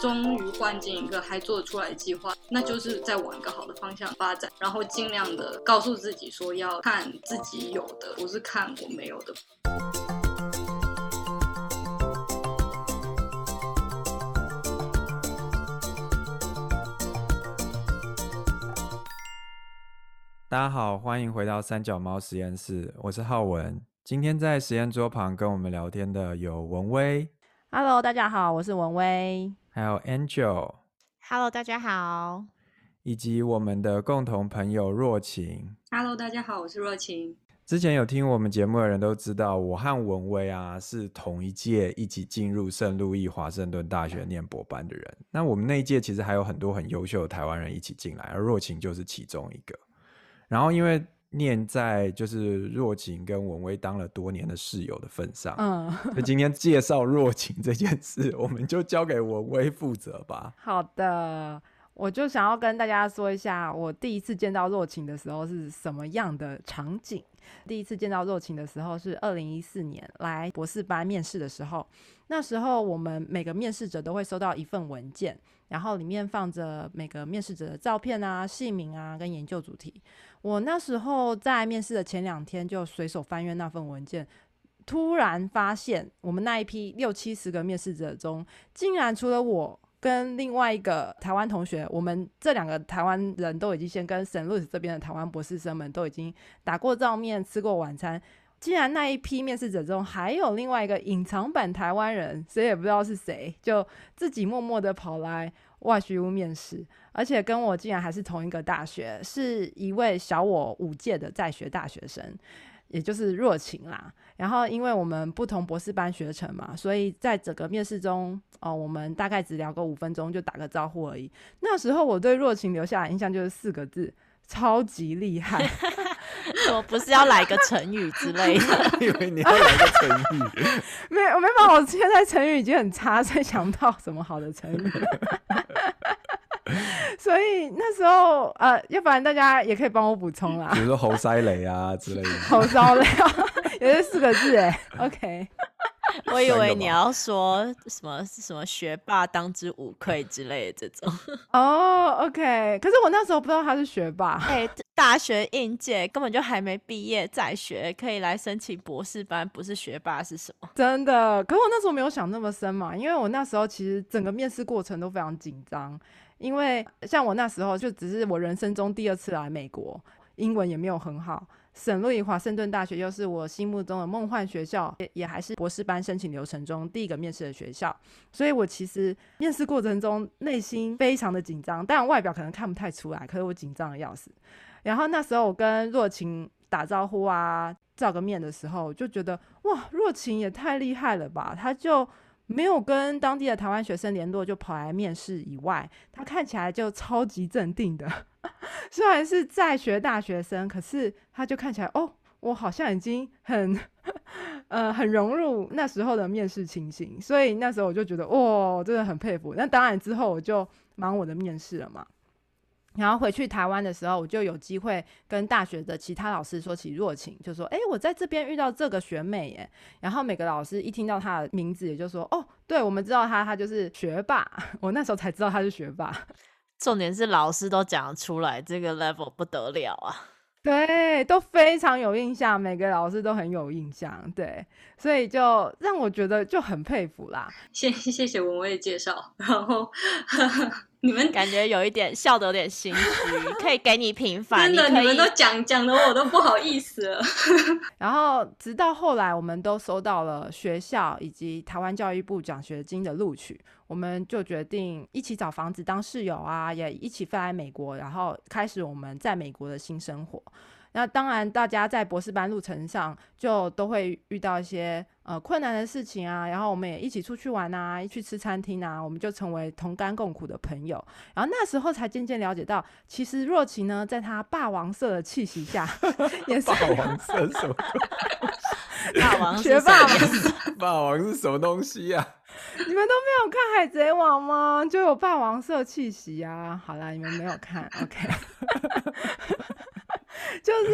终于换进一个还做得出来的计划，那就是在往一个好的方向发展，然后尽量的告诉自己说要看自己有的，不是看我没有的。 大家好，欢迎回到三脚猫实验室，我是浩文。今天在实验桌旁跟我们聊天的有文威 Hello， 大家好，我是文威。 还有 Angel Hello， 大家好。 以及我们的共同朋友若晴。 Hello， 大家好，我是若晴。 之前有听我们节目的人都知道，我和文威啊是同一届一起进入圣路易华盛顿大学念博班的人。那我们那一届其实还有很多很优秀的台湾人一起进来，而若晴就是其中一个。然后因为念在就是若晴跟文威当了多年的室友的份上，所以今天介绍若晴这件事我们就交给文威负责吧。 好的，我就想要跟大家说一下我第一次见到若晴的时候是什么样的场景。第一次见到若晴的时候是2014年来博士班面试的时候，那时候我们每个面试者都会收到一份文件，然后里面放着每个面试者的照片啊、姓名啊跟研究主题。我那时候在面试的前2天就随手翻阅那份文件，突然发现我们那一批60-70个面试者中，竟然除了我跟另外一个台湾同学，我们这2个台湾人都已经先跟圣路易斯这边的台湾博士生们都已经打过照面、吃过晚餐，竟然那一批面试者中还有另外一个隐藏版台湾人，谁也不知道是谁，就自己默默的跑来外学务面试，而且跟我竟然还是同一个大学，是一位小我5届的在学大学生，也就是若晴啦。然后因为我们不同博士班学程嘛，所以在整个面试中我们大概只聊个5分钟就打个招呼而已。那时候我对若晴留下的印象就是4个字：超级厉害。 我不是要来个成语之类的？ 以为你要来个成语。 我没办法，我现在成语已经很差，所以想不到什么好的成语。所以那时候要不然大家也可以帮我补充啦， 比如说猴塞雷啊之类的。 猴塞雷也是4个字耶。OK， 我以为你要说什么学霸当之无愧之类的这种。 OK， 可是我那时候不知道他是学霸。 大学应届根本就还没毕业在学，可以来申请博士班，不是学霸是什么？ 真的，可是我那时候没有想那么深嘛，因为我那时候其实整个面试过程都非常紧张，因为像我那时候就只是我人生中第2次来美国，英文也没有很好，圣路易华盛顿大学又是我心目中的梦幻学校，也还是博士班申请流程中第一个面试的学校，所以我其实面试过程中内心非常的紧张，当然外表可能看不太出来，可是我紧张的要死。然后那时候我跟若晴打招呼啊照个面的时候，就觉得哇，若晴也太厉害了吧，他就没有跟当地的台湾学生联络就跑来面试以外，他看起来就超级镇定的。虽然是在学大学生，可是他就看起来我好像已经很融入那时候的面试情形，所以那时候我就觉得真的很佩服。那当然之后我就忙我的面试了嘛，然后回去台湾的时候，我就有机会跟大学的其他老师说起若晴，就说我在这边遇到这个学妹耶。然后每个老师一听到她的名字也就说对，我们知道她就是学霸。我那时候才知道她是学霸。 重点是老师都讲得出来，这个 level 不得了啊。 对，都非常有印象，每个老师都很有印象。对，所以就让我觉得就很佩服啦。 谢谢文威的介绍，然后你们感觉有一点笑得有点心虚，可以给你平反。 真的，你们都讲的我都不好意思了。 然后直到后来我们都收到了学校以及台湾教育部奖学金的录取，我们就决定一起找房子当室友啊，也一起飞来美国，然后开始我们在美国的新生活。那当然大家在博士班路程上就都会遇到一些困难的事情啊，然后我们也一起出去玩啊，一起去吃餐厅啊，我们就成为同甘共苦的朋友。然后那时候才渐渐了解到，其实若晴呢在她霸王色的气息下也是霸王色是什么霸王学霸嘛。 霸王是什么东西啊？ 你们都没有看海贼王吗？就有霸王色气息啊。好啦，你们没有看 OK。就是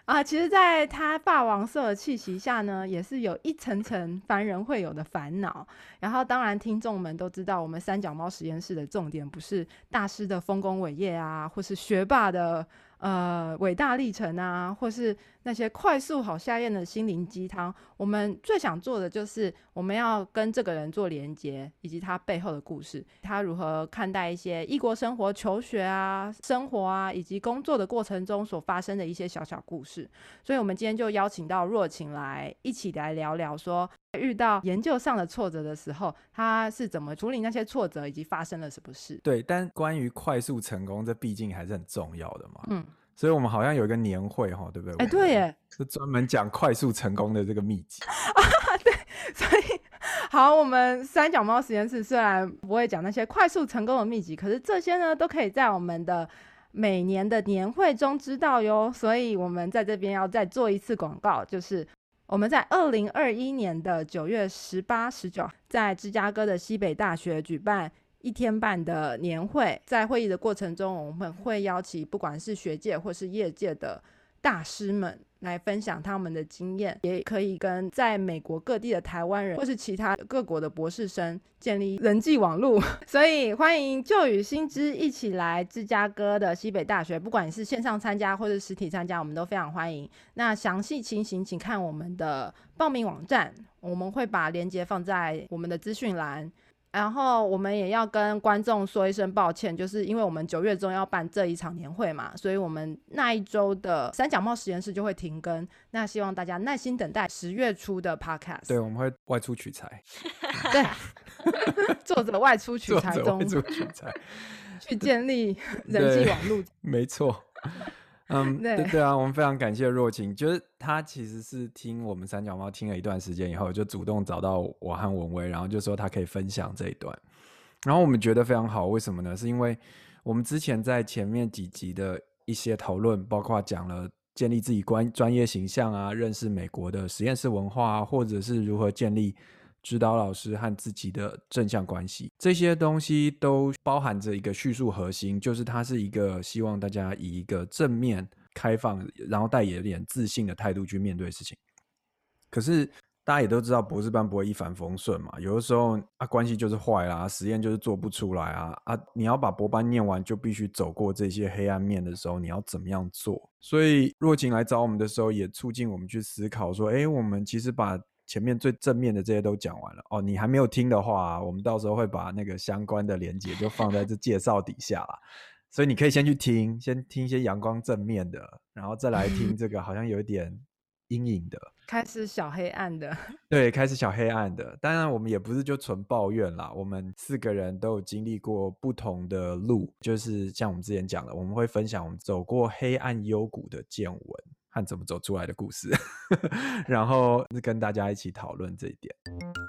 其实在它霸王色的气息下呢，也是有一层层凡人会有的烦恼。然后当然听众们都知道，我们三脚猫实验室的重点不是大师的丰功伟业啊，或是学霸的伟大历程啊，或是那些快速好下咽的心灵鸡汤。我们最想做的就是我们要跟这个人做连接，以及他背后的故事，他如何看待一些异国生活、求学啊、生活啊，以及工作的过程中所发生的一些小小故事。所以我们今天就邀请到若晴来一起来聊聊说，遇到研究上的挫折的时候，他是怎么处理那些挫折，以及发生了什么事。 对，但关于快速成功，这毕竟还是很重要的嘛。所以我们好像有一个年会，对不对？ 对耶， 是专门讲快速成功的这个秘籍。 对，所以好，我们三脚猫实验室虽然不会讲那些快速成功的秘籍，可是这些呢都可以在我们的每年的年会中知道哟。所以我们在这边要再做一次广告，就是我们在2021年的9月18、19，在芝加哥的西北大学举办1天半的年会。在会议的过程中，我们会邀请不管是学界或是业界的大师们来分享他们的经验，也可以跟在美国各地的台湾人或是其他各国的博士生建立人际网络。所以欢迎旧与新知一起来芝加哥的西北大学，不管你是线上参加或是实体参加，我们都非常欢迎。那详细情形请看我们的报名网站，我们会把链接放在我们的资讯栏。然后我们也要跟观众说一声抱歉，就是因为我们9月中要办这一场年会嘛，所以我们那一周的三脚猫实验室就会停更。那希望大家耐心等待10月初的 podcast。 对，我们会外出取材。 对，作者外出取材中去建立人际网络。 没错。对啊，我们非常感谢若晴，就是他其实是听我们三脚猫听了一段时间以后，就主动找到我和文威，然后就说他可以分享这一段，然后我们觉得非常好。为什么呢？是因为我们之前在前面几集的一些讨论，包括讲了建立自己专业形象啊，认识美国的实验室文化啊，或者是如何建立指导老师和自己的正向关系，这些东西都包含着一个叙述核心，就是它是一个希望大家以一个正面、开放，然后带有点自信的态度去面对事情。可是大家也都知道，博士班不会一帆风顺嘛，有的时候关系就是坏啦，实验就是做不出来啊，你要把博班念完，就必须走过这些黑暗面的时候，你要怎么样做？所以若晴来找我们的时候，也促进我们去思考说，我们其实把前面最正面的这些都讲完了哦，你还没有听的话，我们到时候会把那个相关的连结就放在这介绍底下啦。所以你可以先去听一些阳光正面的，然后再来听这个好像有一点阴影的， 开始小黑暗的。 对，开始小黑暗的。当然我们也不是就纯抱怨啦，我们4个人都有经历过不同的路，就是像我们之前讲的，我们会分享我们走过黑暗幽谷的见闻和怎么走出来的故事然后跟大家一起讨论这一点。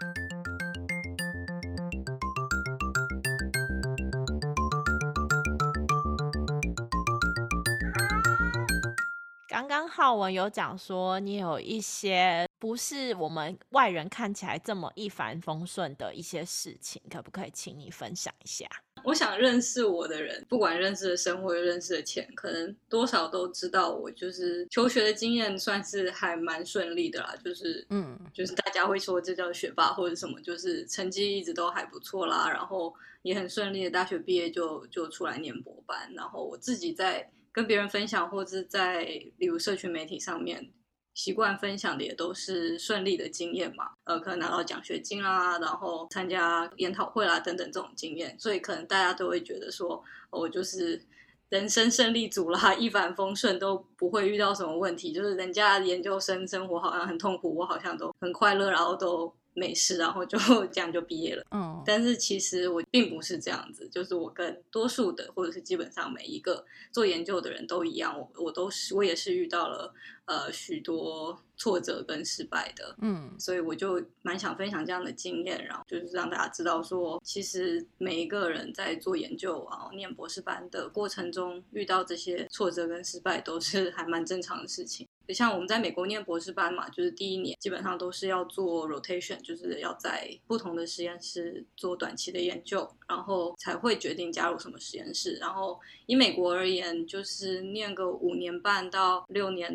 刚刚浩文有讲说，你有一些不是我们外人看起来这么一帆风顺的一些事情，可不可以请你分享一下？ 我想认识我的人，不管认识的深或认识的浅，可能多少都知道我就是求学的经验算是还蛮顺利的啦，就是大家会说这叫学霸或者什么，就是成绩一直都还不错啦，然后也很顺利的大学毕业就出来念博班，然后我自己在跟别人分享，或者在例如社群媒体上面习惯分享的也都是顺利的经验嘛，可能拿到奖学金啦，然后参加研讨会啦等等这种经验，所以可能大家都会觉得说，我就是人生胜利组啦，一帆风顺，都不会遇到什么问题，就是人家研究生生活好像很痛苦，我好像都很快乐，然后都没事，然后就这样就毕业了。但是其实我并不是这样子，就是我跟多数的或者是基本上每一个做研究的人都一样，我也是遇到了许多挫折跟失败的。所以我就蛮想分享这样的经验，然后就是让大家知道说，其实每一个人在做研究念博士班的过程中遇到这些挫折跟失败都是还蛮正常的事情。像我们在美国念博士班嘛，就是第1年基本上都是要做 rotation， 就是要在不同的实验室做短期的研究，然后才会决定加入什么实验室。然后以美国而言，就是念个5年半到6年左右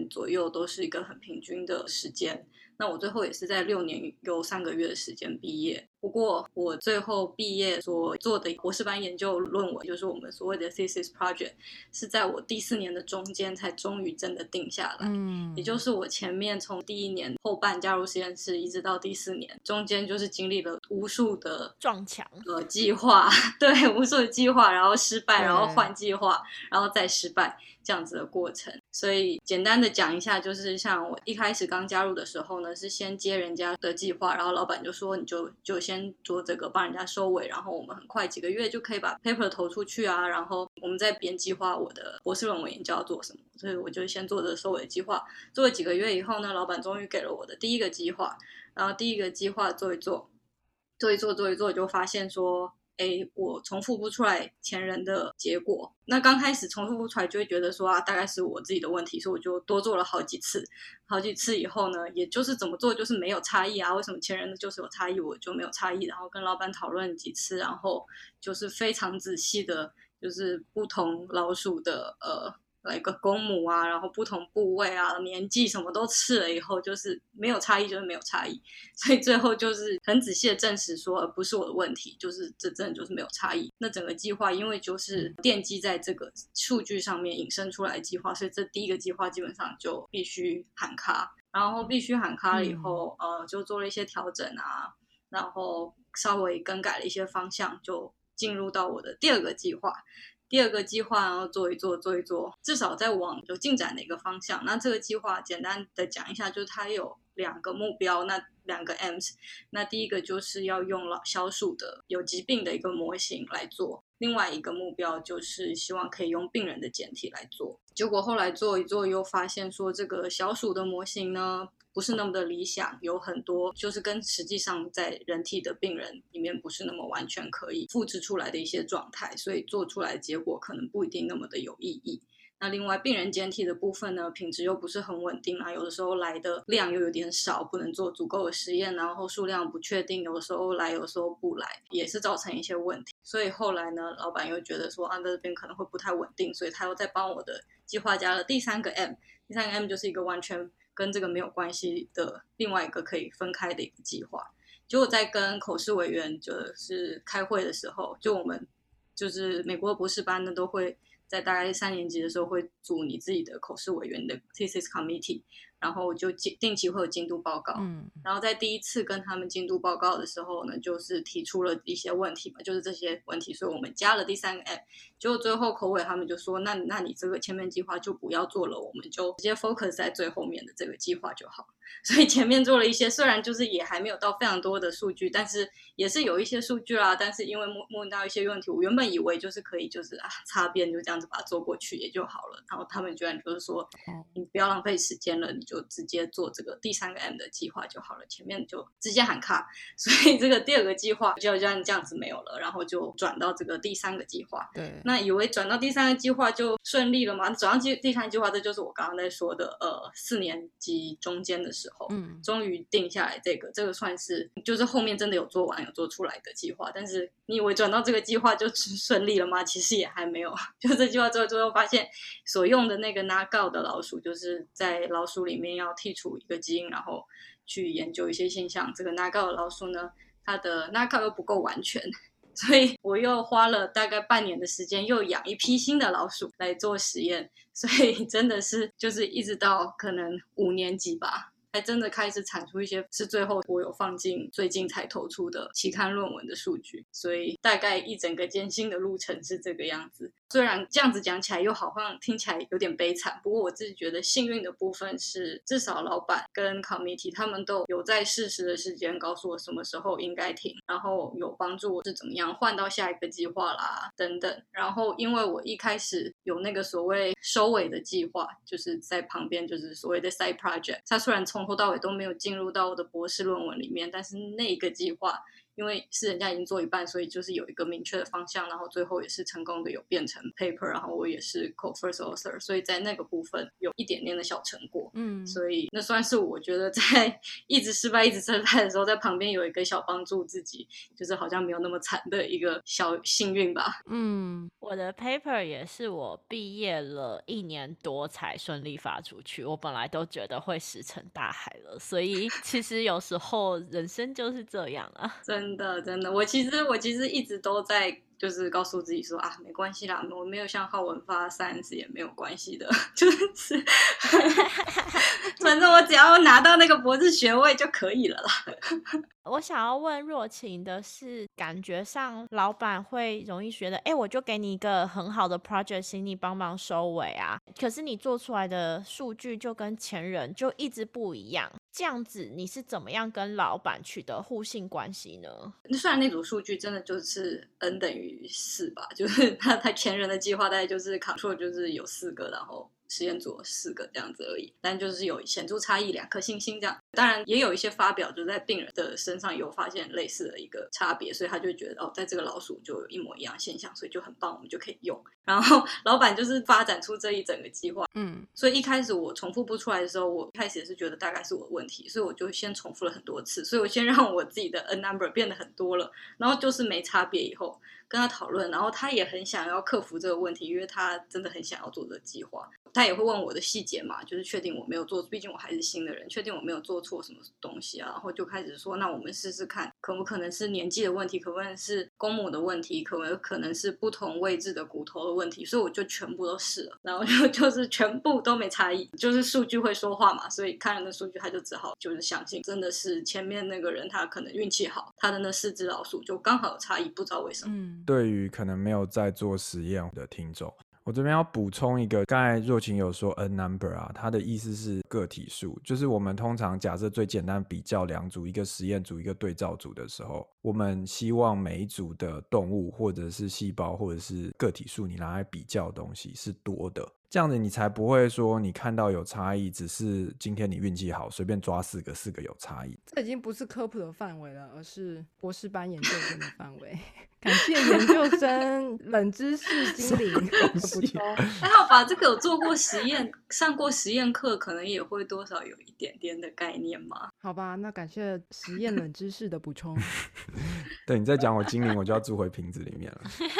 究都是一个很平均的时间。那我最后也是在6年有3个月的时间毕业。不过我最后毕业所做的博士班研究论文，就是我们所谓的 thesis project， 是在我第4年的中间才终于真的定下来。也就是我前面从第1年后半加入实验室一直到第4年，中间就是经历了无数的撞墙计划，对，无数的计划，然后失败，然后换计划，然后再失败，这样子的过程。所以简单的讲一下，就是像我一开始刚加入的时候呢，是先接人家的计划，然后老板就说你就先做这个帮人家收尾，然后我们很快几个月就可以把 paper 投出去啊，然后我们再编计划我的博士论文研究要做什么。所以我就先做这个收尾的计划，做了几个月以后呢，老板终于给了我的第一个计划，然后第一个计划做一做就发现说我重复不出来前人的结果。那刚开始重复不出来就会觉得说大概是我自己的问题，所以我就多做了好几次以后呢，也就是怎么做就是没有差异啊，为什么前人的就是有差异我就没有差异，然后跟老板讨论几次，然后就是非常仔细的就是不同老鼠的来个公母啊，然后不同部位啊年纪什么都试了以后，就是没有差异就是没有差异，所以最后就是很仔细的证实说不是我的问题，就是这真的就是没有差异。那整个计划因为就是奠基在这个数据上面引申出来的计划，所以这第一个计划基本上就必须喊卡，然后必须喊卡了以后就做了一些调整啊，然后稍微更改了一些方向，就进入到我的第二个计划，然后做一做，至少在往有进展的一个方向。那这个计划简单的讲一下，就是它有2个目标，那2个 M's。那第一个就是要用小鼠的有疾病的一个模型来做，另外一个目标就是希望可以用病人的简体来做。结果后来做一做又发现说，这个小鼠的模型呢不是那么的理想，有很多就是跟实际上在人体的病人里面不是那么完全可以复制出来的一些状态，所以做出来的结果可能不一定那么的有意义。那另外病人简体的部分呢，品质又不是很稳定啊，有的时候来的量又有点少，不能做足够的实验，然后数量不确定，有的时候来有的时候不来，也是造成一些问题。所以后来呢，老板又觉得说这边可能会不太稳定，所以他又再帮我的计划加了第3个 M。 第3个 M 就是一个完全跟这个没有关系的另外一个可以分开的一个计划。结果在跟口试委员就是开会的时候，就我们就是美国的博士班呢都会在大概3年级的时候会组你自己的口试委员的 thesis committee， 然后就定期会有进度报告。然后在第一次跟他们进度报告的时候呢，就是提出了一些问题嘛，就是这些问题，所以我们加了第3个 M。 结果最后口委他们就说那你这个前面计划就不要做了，我们就直接 focus 在最后面的这个计划就好。所以前面做了一些，虽然就是也还没有到非常多的数据，但是也是有一些数据啦，但是因为摸到一些问题，我原本以为就是可以就是擦边就这样子把它做过去也就好了，然后他们居然就是说你不要浪费时间了，你就直接做这个第3个 M 的计划就好了，前面就直接喊卡。所以这个第2个计划就这样子没有了，然后就转到这个第3个计划。 对， 那以为转到第3个计划就顺利了嘛，转到第3个计划，这就是我刚刚在说的4年级中间的时候终于定下来这个算是就是后面真的有做完有做出来的计划。但是你以为转到这个计划就顺利了吗？其实也还没有。就这计划最后发现所用的那个 knockout 的老鼠，就是在老鼠里面要剔除一个基因，然后去研究一些现象，这个 knockout 的老鼠呢，它的 knockout 又不够完全，所以我又花了大概半年的时间又养一批新的老鼠来做实验。所以真的是就是一直到可能5年级吧才真的开始产出一些是最后我有放进最近才投出的期刊论文的数据。所以大概一整个艰辛的路程是这个样子。虽然这样子讲起来又好像听起来有点悲惨，不过我自己觉得幸运的部分是至少老板跟 committee 他们都有在适时的时间告诉我什么时候应该停，然后有帮助我是怎么样换到下一个计划啦等等。然后因为我一开始有那个所谓收尾的计划，就是在旁边就是所谓的 side project， 它虽然从头到尾都没有进入到我的博士论文里面，但是那个计划因为是人家已经做一半，所以就是有一个明确的方向，然后最后也是成功的有变成 paper， 然后我也是 co-first author， 所以在那个部分有一点点的小成果。所以那算是我觉得在一直失败的时候，在旁边有一个小帮助自己，就是好像没有那么惨的一个小幸运吧。 我的 paper 也是我毕业了1年多才顺利发出去，我本来都觉得会石沉大海了，所以其实有时候人生就是这样啊。 真的真的，我其实一直都在就是告诉自己说啊，没关系啦，我没有像浩文发30也没有关系的，就是反正我只要拿到那个博士学位就可以了啦。 我想要问若晴的是，感觉上老板会容易觉得我就给你一个很好的 project， 请你帮忙收尾啊，可是你做出来的数据就跟前人就一直不一样，这样子你是怎么样跟老板取得互信关系呢？ 虽然那组数据真的就是 n 等于4吧，就是他前人的计划大概就是 control 就是有4个，然后实验组有4个这样子而已，但就是有显著差异2颗星星这样。当然也有一些发表就在病人的身上有发现类似的一个差别，所以他就觉得在这个老鼠就有一模一样的现象，所以就很棒，我们就可以用。然后老板就是发展出这一整个计划，所以一开始我重复不出来的时候，我一开始也是觉得大概是我的问题，所以我就先重复了很多次，所以我先让我自己的 n number 变得很多了，然后就是没差别以后跟他讨论，然后他也很想要克服这个问题，因为他真的很想要做这个计划，他也会问我的细节嘛，就是确定我没有做，毕竟我还是新的人，确定我没有做错什么东西啊，然后就开始说那我们试试看可不可能是年纪的问题，可不可能是公母的问题，可不可能是不同位置的骨头的问题，所以我就全部都试了，然后就是全部都没差异，就是数据会说话嘛，所以看了那数据他就只好就是相信真的是前面那个人他可能运气好，他的那4只老鼠就刚好有差异，不知道为什么。 对于可能没有在做实验的听众，我这边要补充一个，刚才若晴有说 n number 啊，它的意思是个体数，就是我们通常假设最简单比较2组，一个实验组一个对照组的时候，我们希望每一组的动物或者是细胞或者是个体数你拿来比较的东西是多的，这样子你才不会说你看到有差异只是今天你运气好随便抓4个有差异， 这已经不是科普的范围了，而是博士班研究生的范围。感谢研究生冷知识精灵的补充。 还好吧，这个有做过实验上过实验课，可能也会多少有一点点的概念嘛。 好吧，那感谢实验冷知识的补充。 对，你再讲我精灵我就要住回瓶子里面了。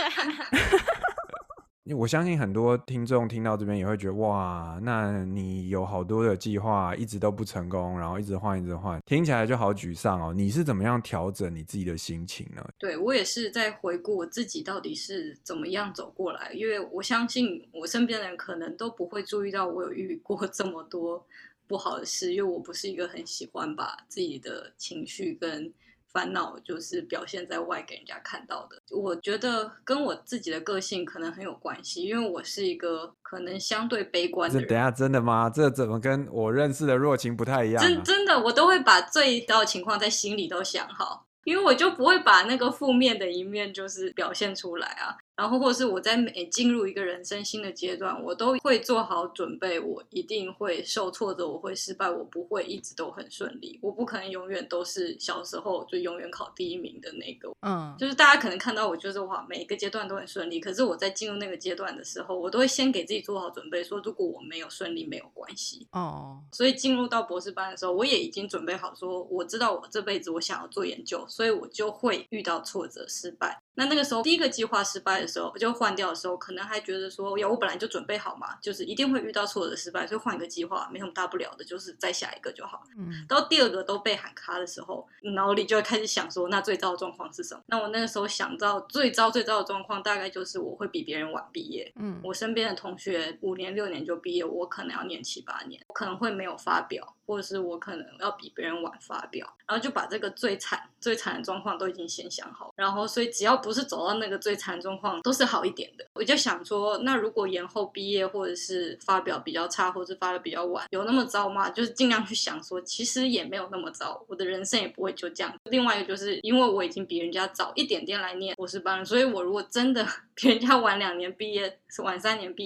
我相信很多听众听到这边也会觉得哇，那你有好多的计划一直都不成功，然后一直换，听起来就好沮丧哦。你是怎么样调整你自己的心情呢？ 对，我也是在回顾我自己到底是怎么样走过来，因为我相信我身边的人可能都不会注意到我有遇过这么多不好的事，因为我不是一个很喜欢把自己的情绪跟烦恼就是表现在外给人家看到的。我觉得跟我自己的个性可能很有关系，因为我是一个可能相对悲观的人。 等一下，真的吗？这怎么跟我认识的若晴不太一样啊？ 真的，我都会把最糟的情况在心里都想好，因为我就不会把那个负面的一面就是表现出来啊。然后或是我在每进入一个人生新的阶段，我都会做好准备，我一定会受挫折，我会失败，我不会一直都很顺利，我不可能永远都是小时候就永远考第1名的那个。就是大家可能看到我就是哇每一个阶段都很顺利，可是我在进入那个阶段的时候，我都会先给自己做好准备，说如果我没有顺利没有关系。所以进入到博士班的时候，我也已经准备好说，我知道我这辈子我想要做研究，所以我就会遇到挫折失败。那个时候第一个计划失败的时候，就换掉的时候，可能还觉得说我本来就准备好嘛，就是一定会遇到挫折失败，所以换一个计划没什么大不了的，就是再下一个就好。到第2个都被喊卡的时候，脑里就会开始想说那最糟的状况是什么。那我那个时候想到最糟的状况大概就是我会比别人晚毕业。我身边的同学5年6年就毕业，我可能要念7、8年，我可能会没有发表，或者是我可能要比别人晚发表，然后就把这个最惨的状况都已经先想好，然后所以只要不是走到那个最惨的状况都是好一点的。我就想说那如果延后毕业或者是发表比较差，或者是发的比较晚，有那么糟吗？就是尽量去想说其实也没有那么糟，我的人生也不会就这样。另外一个就是因为我已经比人家早一点点来念博士班了，所以我如果真的比人家晚2年毕业晚3年毕业，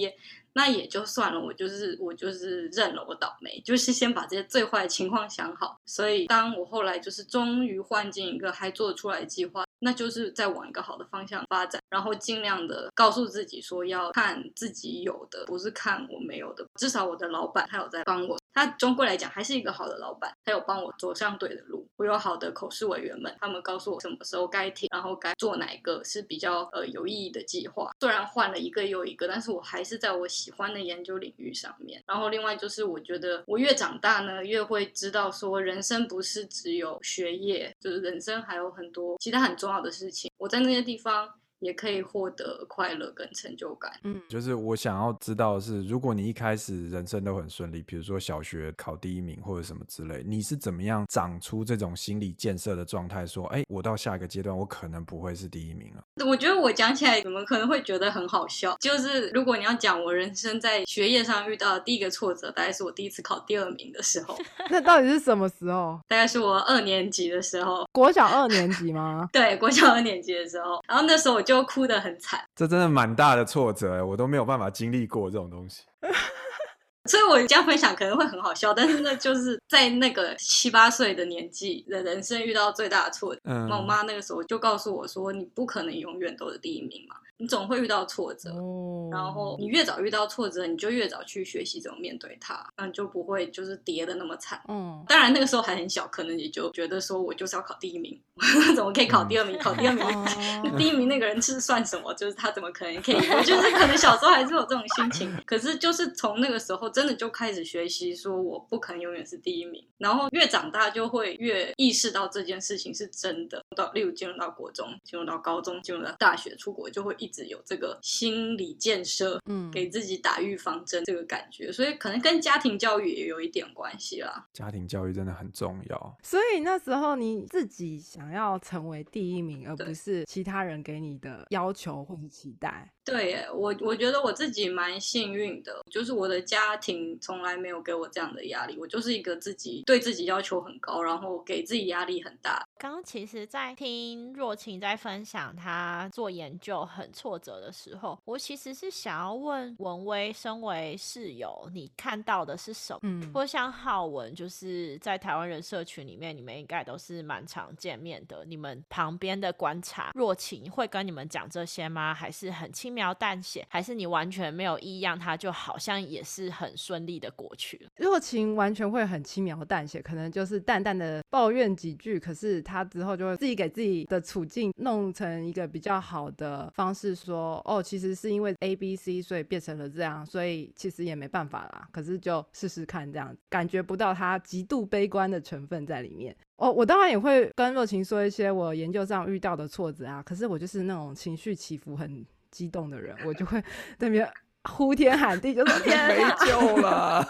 那也就算了，我就是认了我倒霉，就是先把这些最坏的情况想好。所以当我后来就是终于换进一个还做得出来的计划，那就是在往一个好的方向发展，然后尽量的告诉自己说要看自己有的，不是看我没有的。至少我的老板他有在帮我，他终归来讲还是一个好的老板，他有帮我走上对的路。我有好的口试委员们，他们告诉我什么时候该停，然后该做哪一个是比较有意义的计划。虽然换了一个又一个，但是我还是在我喜欢的研究领域上面。然后另外就是我觉得我越长大呢，越会知道说人生不是只有学业，就是人生还有很多其他很重要的事情。我在那些地方也可以获得快乐跟成就感。 就是我想要知道的是，如果你一开始人生都很顺利，比如说小学考第1名或者什么之类，你是怎么样长出这种心理建设的状态说我到下一个阶段我可能不会是第1名了？ 我觉得我讲起来你们可能会觉得很好笑，就是如果你要讲我人生在学业上遇到的第一个挫折，大概是我第一次考第2名的时候。 那到底是什么时候？ 大概是我2年级的时候。 国小2年级吗？ 对，国小2年级的时候，然后那时候我就哭得很惨。 这真的蛮大的挫折，我都没有办法经历过这种东西。 所以我这样分享可能会很好笑，但是那就是在那个7、8岁的年纪的人生遇到最大的挫折。那我妈那个时候就告诉我说，你不可能永远都是第1名嘛，你总会遇到挫折。然后你越早遇到挫折，你就越早去学习怎么面对它，那你就不会就是跌得那么惨。当然那个时候还很小，可能也就觉得说我就是要考第1名，怎么可以考第2名？考第2名，第1名那个人是算什么？就是他怎么可能可以？我就是可能小时候还是有这种心情，可是就是从那个时候真的就开始学习，说我不可能永远是第1名。然后越长大就会越意识到这件事情是真的。例如进入到国中，进入到高中，进入到大学，出国就会一直有这个心理建设，给自己打预防针这个感觉。所以可能跟家庭教育也有一点关系啦。 家庭教育真的很重要。 所以那时候你自己想要成为第1名，而不是其他人给你的要求或是期待。 对耶，我觉得我自己蛮幸运的，就是我的家庭从来没有给我这样的压力。我就是一个对自己要求很高，然后给自己压力很大。 刚刚其实在听若晴在分享她做研究很挫折的时候，我其实是想要问文威，身为室友你看到的是什么？或像浩文，就是在台湾人社群里面你们应该都是蛮常见面的，你们旁边的观察，若晴会跟你们讲这些吗？还是很轻描淡写？还是你完全没有异样，他就好像也是很顺利的过去了？ 若晴完全会很轻描淡写，可能就是淡淡的抱怨几句，可是他之后就会自己给自己的处境弄成一个比较好的方式，说其实是因为 ABC 所以变成了这样，所以其实也没办法啦，可是就试试看，这样感觉不到他极度悲观的成分在里面。我当然也会跟若晴说一些我研究上遇到的挫折啊，可是我就是那种情绪起伏很激动的人，我就会在那边呼天喊地，就说天没救了。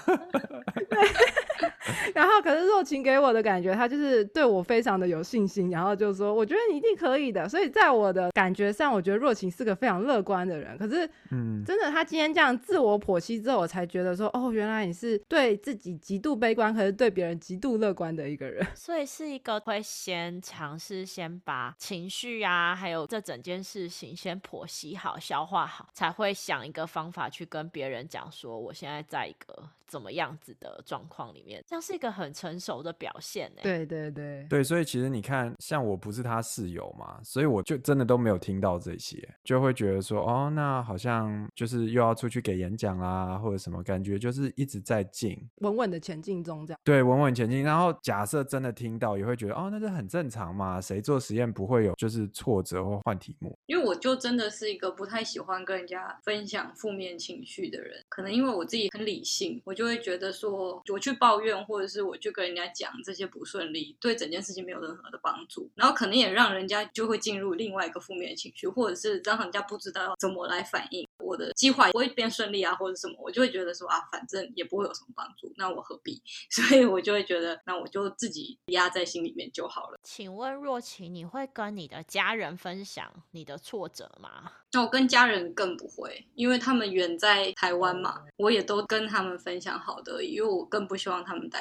然后可是若晴给我的感觉，他就是对我非常的有信心，然后就说我觉得你一定可以的。所以在我的感觉上，我觉得若晴是个非常乐观的人。可是真的他今天这样自我剖析之后，我才觉得说原来你是对自己极度悲观，可是对别人极度乐观的一个人。 所以是一个会先尝试先把情绪啊还有这整件事情先剖析好消化好，才会想一个方法去跟别人讲说我现在在一个怎么样子的状况里面，这样是一个很成熟的表现。 对对对对，所以其实你看，像我不是他室友嘛，所以我就真的都没有听到这些，就会觉得说那好像就是又要出去给演讲啦或者什么，感觉就是一直在进稳稳的前进中这样。 对，稳稳前进。然后假设真的听到也会觉得那这很正常嘛，谁做实验不会有就是挫折或换题目。 因为我就真的是一个不太喜欢跟人家分享负面情绪的人，可能因为我自己很理性，我就会觉得说我去抱怨或者是我去跟人家讲这些不顺利，对整件事情没有任何的帮助，然后可能也让人家就会进入另外一个负面的情绪，或者是让人家不知道怎么来反应，我的计划不会变顺利啊或者什么，我就会觉得说反正也不会有什么帮助，那我何必？所以我就会觉得那我就自己压在心里面就好了。 请问若晴，你会跟你的家人分享你的挫折吗？ 那我跟家人更不会，因为他们远在台湾嘛，我也都跟他们分享好的，因为我更不希望他们担心。可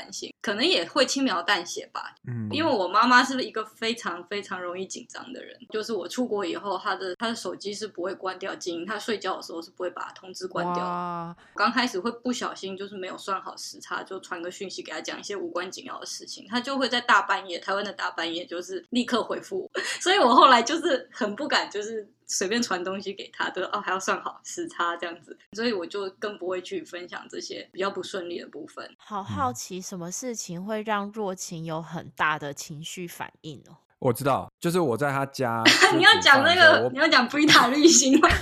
可能也会轻描淡写吧。因为我妈妈是一个非常非常容易紧张的人，就是我出国以后，她的手机是不会关掉静音，她睡觉的时候是不会把通知关掉的。刚开始会不小心就是没有算好时差，就传个讯息给她讲一些无关紧要的事情，她就会在大半夜，台湾的大半夜就是立刻回复我，所以我后来就是很不敢就是随便传东西给他，对还要算好时差这样子，所以我就更不会去分享这些比较不顺利的部分。 好好奇什么事情会让若晴有很大的情绪反应哦？ 我知道，就是我在他家你要讲那个，你要讲 Brita 滤芯吗？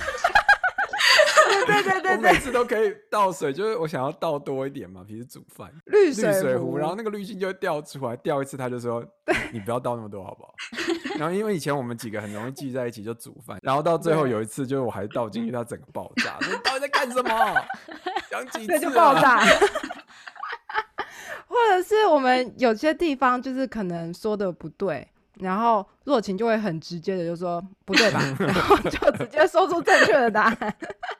对， 我每次都可以倒水，就是我想要倒多一点嘛，平时煮饭滤水壶，然后那个滤芯就会掉出来，掉一次他就说你不要倒那么多好不好？然后因为以前我们几个很容易聚在一起就煮饭，然后到最后有一次就是我还倒进去，他整个爆炸，你到底在干什么？讲几次就爆炸。或者是我们有些地方就是可能说的不对，然后若晴就会很直接的就说不对吧，然后就直接说出正确的答案。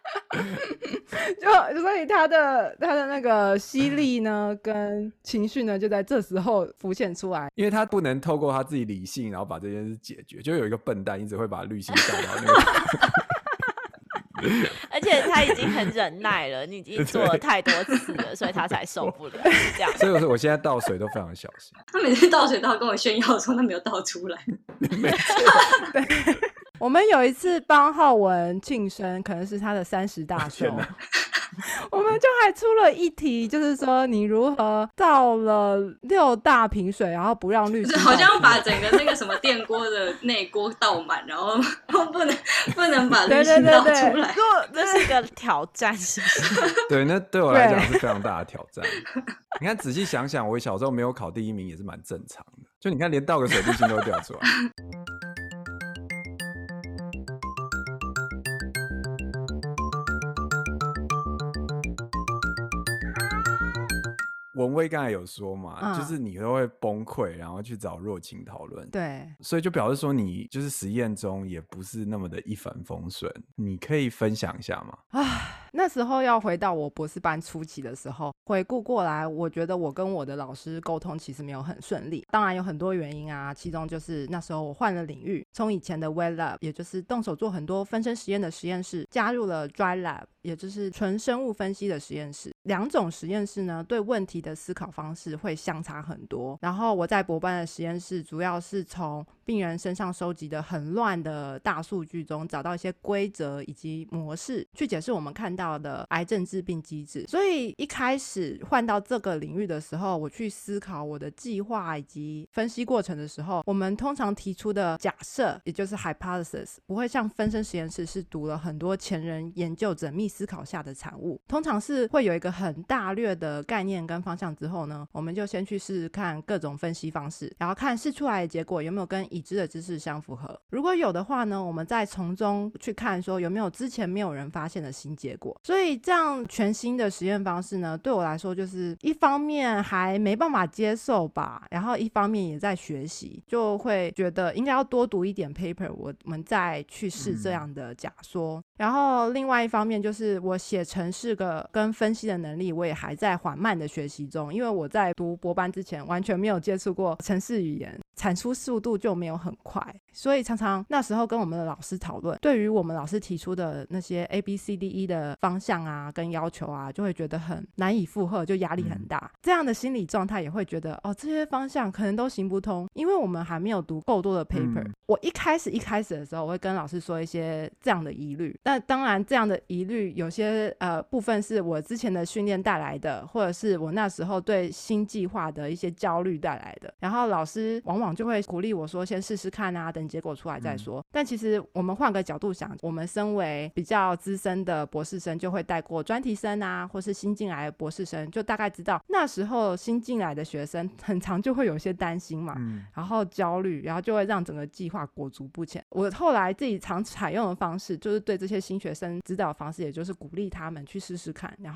所以他的那个犀利呢跟情绪呢就在这时候浮现出来， 因为他不能透过他自己理性然后把这件事解决，就有一个笨蛋一直会把滤芯带到那个而且他已经很忍耐了，你已经做了太多次了，所以他才受不了这样。 所以我现在倒水都非常小心。 他每次倒水都要跟我炫耀说他没有倒出来。 没错。 我们有一次帮浩文庆生，可能是他的30大寿，我们就还出了一题，就是说你如何倒了6大瓶水，然后不让滤芯， 好像把整个那个什么电锅的内锅倒满，然后不能把滤芯倒出来。 这是一个挑战，是不是？ 对，那对我来讲是非常大的挑战。你看仔细想想，我小时候没有考第1名也是蛮正常的，就你看连倒个水滤芯都会掉出来。文威刚才有说嘛，就是你都会崩溃，然后去找若晴讨论， 对， 所以就表示说你就是实验中也不是那么的一帆风顺，你可以分享一下吗？ 那时候要回到我博士班初期的时候，回顾过来，我觉得我跟我的老师沟通其实没有很顺利，当然有很多原因啊，其中就是那时候我换了领域，从以前的 wet lab 也就是动手做很多分身实验的实验室，加入了 dry lab 也就是纯生物分析的实验室。2种实验室呢，对问题的思考方式会相差很多。然后我在博班的实验室主要是从病人身上收集的很乱的大数据中找到一些规则以及模式，去解释我们看到的癌症致病机制。所以一开始换到这个领域的时候，我去思考我的计划以及分析过程的时候，我们通常提出的假设也就是 hypothesis 不会像分身实验室是读了很多前人研究缜密思考下的产物，通常是会有一个很大略的概念跟方向之后呢，我们就先去试试看各种分析方式，然后看试出来的结果有没有跟已知的知识相符合，如果有的话呢，我们再从中去看说有没有之前没有人发现的新结果。所以这样全新的实验方式呢，对我来说就是一方面还没办法接受吧，然后一方面也在学习，就会觉得应该要多读一点 paper， 我们再去试这样的假说。然后另外一方面就是我写程式跟分析的能力我也还在缓慢的学习中，因为我在读博班之前完全没有接触过程式语言，产出速度就没有很快，所以常常那时候跟我们的老师讨论，对于我们老师提出的那些 ABCDE 的方向啊跟要求啊，就会觉得很难以负荷，就压力很大。这样的心理状态也会觉得这些方向可能都行不通，因为我们还没有读够多的 paper。我一开始的时候我会跟老师说一些这样的疑虑，那当然这样的疑虑有些部分是我之前的训练带来的，或者是我那时候对新计划的一些焦虑带来的，然后老师往往就会鼓励我说先试试看啊，等结果出来再说。但其实我们换个角度想，我们身为比较资深的博士生，就会带过专题生啊，或是新进来的博士生，就大概知道那时候新进来的学生很常就会有一些担心嘛，然后焦虑，然后就会让整个计划裹足不前。我后来自己常采用的方式就是对这些新学生指导的方式，也就是鼓励他们去试试看，然后不要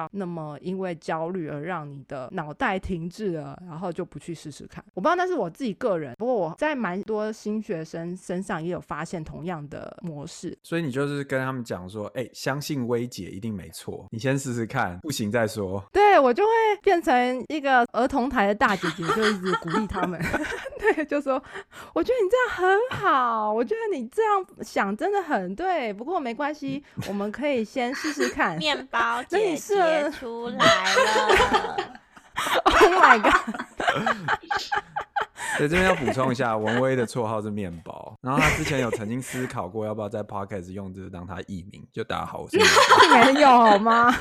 要那么因为焦虑而让你的脑袋停滞了，然后就不去试试看。我不知道那是我自己个人，不过我在蛮多新学生身上也有发现同样的模式。 所以你就是跟他们讲说，相信薇姐一定没错，你先试试看，不行再说。 对，我就会变成一个儿童台的大姐姐，就一直鼓励他们对，就说我觉得你这样很好，我觉得你这样想真的很对，不过没关系，我们可以先试试看。 面包姐姐出来了 Oh my god 所以这边要补充一下，文威的绰号是面包，然后他之前有曾经思考过要不要在 podcast 用这个当他艺名，就大家好，我是面包没有好吗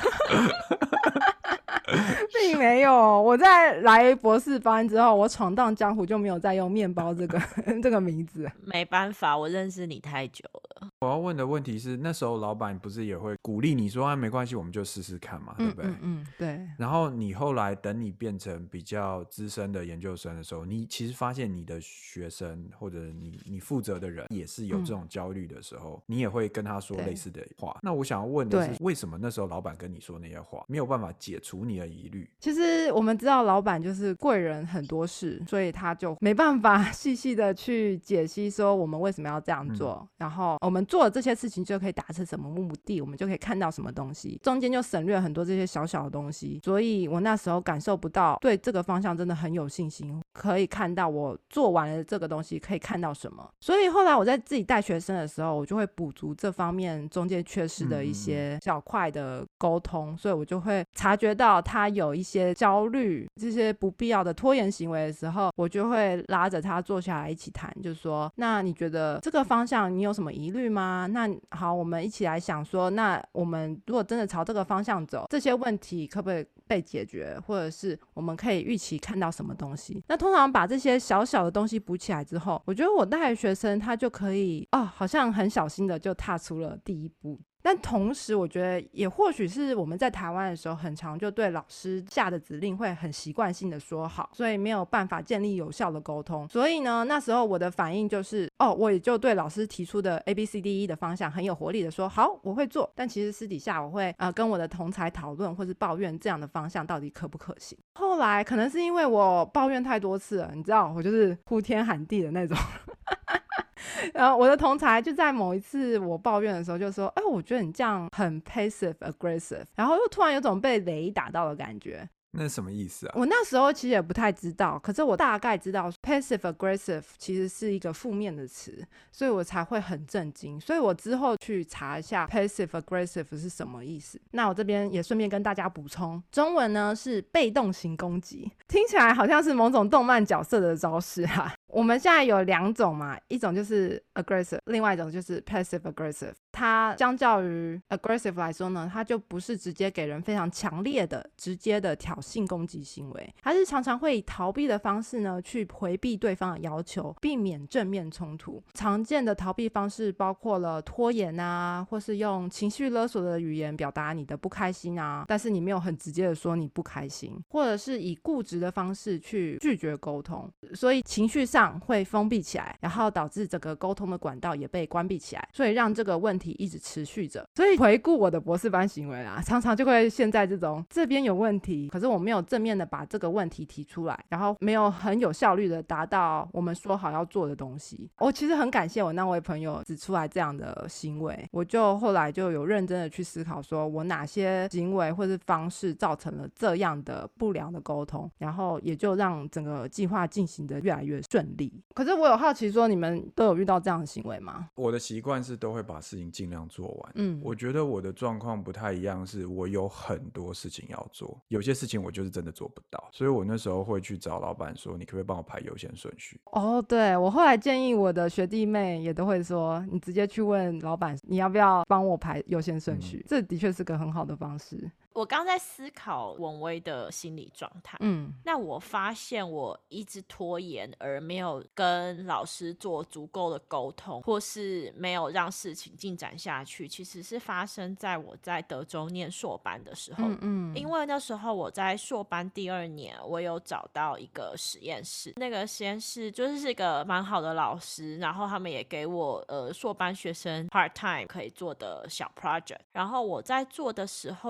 并没有，我在来博士班之后，我闯荡江湖就没有再用面包这个名字。 没办法，我认识你太久了。 我要问的问题是，那时候老板不是也会鼓励你说没关系，我们就试试看嘛，对不对？ 对。 然后你后来等你变成比较资深的研究生的时候，你其实发现你的学生或者你负责的人也是有这种焦虑的时候，你也会跟他说类似的话。那我想要问的是，为什么那时候老板跟你说那些话没有办法解除你的疑虑？ 其实我们知道老板就是贵人很多事，所以他就没办法细细的去解析说我们为什么要这样做，然后我们做了这些事情就可以达成什么目的，我们就可以看到什么东西，中间就省略很多这些小小的东西。所以我那时候感受不到对这个方向真的很有信心，可以看到我做完了这个东西可以看到什么。所以后来我在自己带学生的时候，我就会补足这方面中间缺失的一些小块的沟通，所以我就会察觉到他有一些焦虑，这些不必要的拖延行为的时候，我就会拉着他坐下来一起谈，就说那你觉得这个方向你有什么疑虑吗？那好，我们一起来想说，那我们如果真的朝这个方向走，这些问题可不可以被解决，或者是我们可以预期看到什么东西。那通常把这些小小的东西补起来之后，我觉得我带的学生他就可以好像很小心的就踏出了第一步。但同时我觉得也或许是我们在台湾的时候很常就对老师下的指令会很习惯性的说好，所以没有办法建立有效的沟通。所以呢，那时候我的反应就是我也就对老师提出的 ABCDE 的方向很有活力的说好，我会做。但其实私底下我会跟我的同才讨论或是抱怨这样的方向到底可不可行。后来可能是因为我抱怨太多次了，你知道我就是呼天喊地的那种然后我的同才就在某一次我抱怨的时候就说我觉得你这样很 passive aggressive， 然后又突然有种被雷打到的感觉。 那是什么意思啊？ 我那时候其实也不太知道，可是我大概知道 passive aggressive 其实是一个负面的词，所以我才会很震惊。所以我之后去查一下 passive aggressive 是什么意思。那我这边也顺便跟大家补充，中文呢是被动型攻击，听起来好像是某种动漫角色的招式啊。我们现在有两种嘛，一种就是 aggressive， 另外一种就是 passive aggressive。它相较于 aggressive 来说呢，它就不是直接给人非常强烈的直接的挑衅攻击行为，它是常常会以逃避的方式呢去回避对方的要求，避免正面冲突。常见的逃避方式包括了拖延啊，或是用情绪勒索的语言表达你的不开心啊，但是你没有很直接的说你不开心，或者是以固执的方式去拒绝沟通，所以情绪上会封闭起来，然后导致整个沟通的管道也被关闭起来，所以让这个问题一直持续着。所以回顾我的博士班行为啦，常常就会陷在这种这边有问题，可是我没有正面的把这个问题提出来，然后没有很有效率的达到我们说好要做的东西。我其实很感谢我那位朋友指出来这样的行为，我就后来就有认真的去思考说我哪些行为或是方式造成了这样的不良的沟通，然后也就让整个计划进行的越来越顺利。可是我有好奇说你们都有遇到这样的行为吗？ 我的习惯是都会把事情尽量做完。我觉得我的状况不太一样，是我有很多事情要做，有些事情我就是真的做不到，所以我那时候会去找老板说你可不可以帮我排优先顺序。 对，我后来建议我的学弟妹也都会说你直接去问老板你要不要帮我排优先顺序，这的确是个很好的方式。 我刚在思考文威的心理状态，那我发现我一直拖延而没有跟老师做足够的沟通，或是没有让事情进展下去，其实是发生在我在德州念硕班的时候。因为那时候我在硕班第2年，我有找到一个实验室，那个实验室就是一个蛮好的老师，然后他们也给我硕班学生 part time 可以做的小 project， 然后我在做的时候，其实我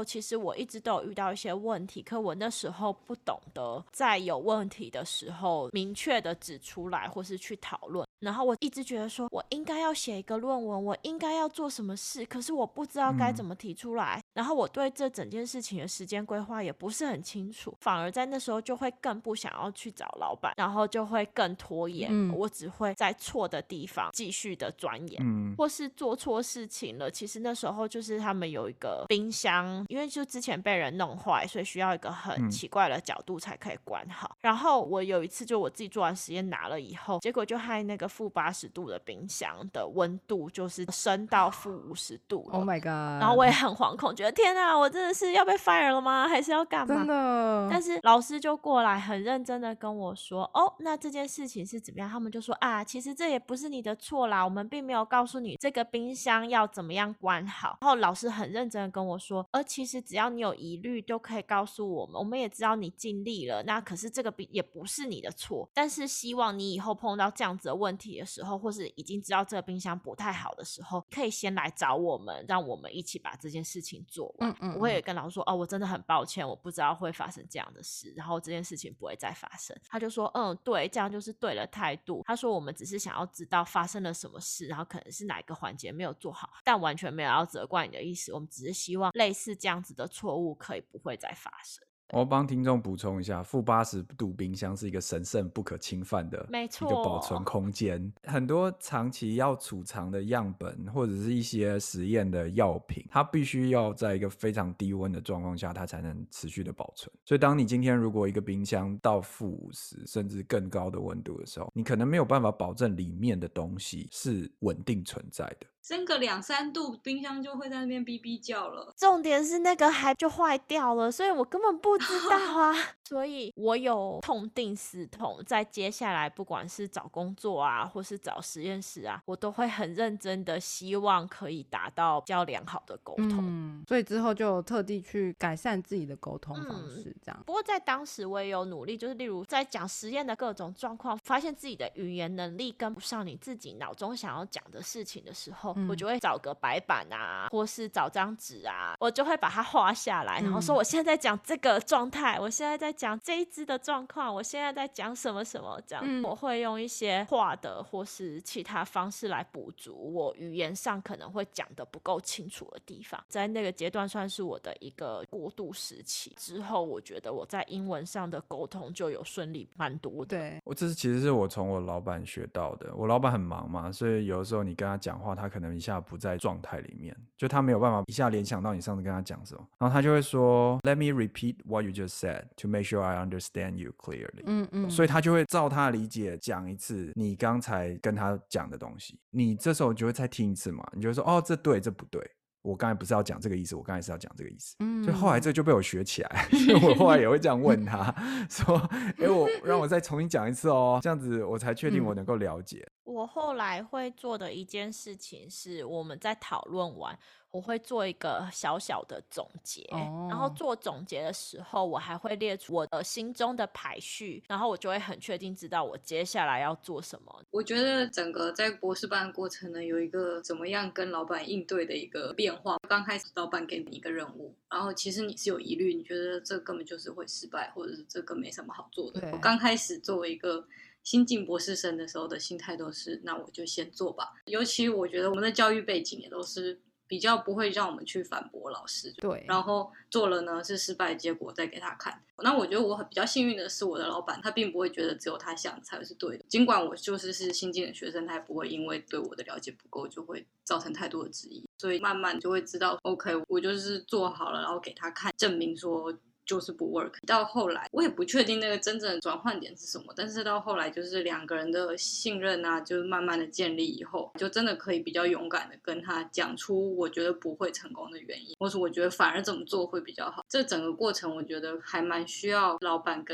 我一直都有遇到一些问题，可我那时候不懂得在有问题的时候明确的指出来或是去讨论，然后我一直觉得说我应该要写一个论文，我应该要做什么事，可是我不知道该怎么提出来，然后我对这整件事情的时间规划也不是很清楚，反而在那时候就会更不想要去找老板，然后就会更拖延，我只会在错的地方继续的钻研，或是做错事情了。其实那时候就是他们有一个冰箱，因为就之前被人弄坏，所以需要一个很奇怪的角度才可以关好，然后我有一次就我自己做完实验拿了以后，结果就害那个-80度的冰箱的温度就是升到-50度了。 Oh my god。 然后我也很惶恐，觉得天啊，我真的是要被 fire 了吗？还是要干嘛？ 真的。 但是老师就过来很认真的跟我说，哦，那这件事情是怎么样？他们就说啊，其实这也不是你的错啦，我们并没有告诉你这个冰箱要怎么样关好。然后老师很认真的跟我说，其实只要你有疑虑都可以告诉我们，我们也知道你尽力了，那可是这个也不是你的错，但是希望你以后碰到这样子的问题的时候，或是已经知道这个冰箱不太好的时候，可以先来找我们，让我们一起把这件事情做完。我会跟老师说，我真的很抱歉，我不知道会发生这样的事，然后这件事情不会再发生。他就说对，这样就是对的态度。他说我们只是想要知道发生了什么事，然后可能是哪一个环节没有做好，但完全没有要责怪你的意思，我们只是希望类似这样子的错误可以不会再发生。 我要帮听众补充一下，-80度冰箱是一个神圣不可侵犯的一个保存空间。很多长期要储藏的样本或者是一些实验的药品，它必须要在一个非常低温的状况下，它才能持续的保存。所以当你今天如果一个冰箱到-50甚至更高的温度的时候，你可能没有办法保证里面的东西是稳定存在的。 升个2-3度，冰箱就会在那边哔哔叫了。 重点是那个还就坏掉了，所以我根本不知道啊。所以我有痛定思痛，在接下来不管是找工作啊，或是找实验室啊，我都会很认真的希望可以达到比较良好的沟通。 所以之后就特地去改善自己的沟通方式，这样。 不过在当时我也有努力，就是例如在讲实验的各种状况，发现自己的语言能力跟不上你自己脑中想要讲的事情的时候，我就会找个白板啊，或是找张纸啊，我就会把它画下来，然后说我现在在讲这个状态，我现在在讲这一支的状况，我现在在讲什么什么这样。我会用一些画的或是其他方式来补足我语言上可能会讲的不够清楚的地方。在那个阶段算是我的一个过渡时期，之后我觉得我在英文上的沟通就有顺利蛮多的。 对， 这其实是我从我老板学到的。我老板很忙嘛，所以有的时候你跟他讲话，他可能一下不在状态里面，就他没有办法一下联想到你上次跟他讲什么，然后他就会说 Let me repeat what you just said to make sure I understand you clearly。所以他就会照他的理解讲一次你刚才跟他讲的东西，你这时候就会再听一次嘛，你就会说这对这不对，我刚才不是要讲这个意思，我刚才是要讲这个意思。所以后来这就被我学起来，所以我后来也会这样问他说让我再重新讲一次这样子我才确定我能够了解。 我后来会做的一件事情是，我们在讨论完，我会做一个小小的总结，然后做总结的时候，我还会列出我的心中的排序，然后我就会很确定知道我接下来要做什么。 我觉得整个在博士班的过程呢，有一个怎么样跟老板应对的一个变化。刚开始老板给你一个任务，然后其实你是有疑虑，你觉得这根本就是会失败，或者是这个没什么好做的。我刚开始作为一个新进博士生的时候的心态都是，那我就先做吧。尤其我觉得我们的教育背景也都是比较不会让我们去反驳老师， 对， 然后做了呢是失败结果再给他看。那我觉得我比较幸运的是，我的老板他并不会觉得只有他想才是对的，尽管我就是新进的学生，他也不会因为对我的了解不够就会造成太多的质疑，所以慢慢就会知道 OK 我就是做好了，然后给他看，证明说就是不 work。 到后来我也不确定那个真正的转换点是什么，但是到后来就是两个人的信任啊，就是慢慢的建立以后，就真的可以比较勇敢的跟他讲出我觉得不会成功的原因，或是我觉得反而怎么做会比较好。这整个过程我觉得还蛮需要老板跟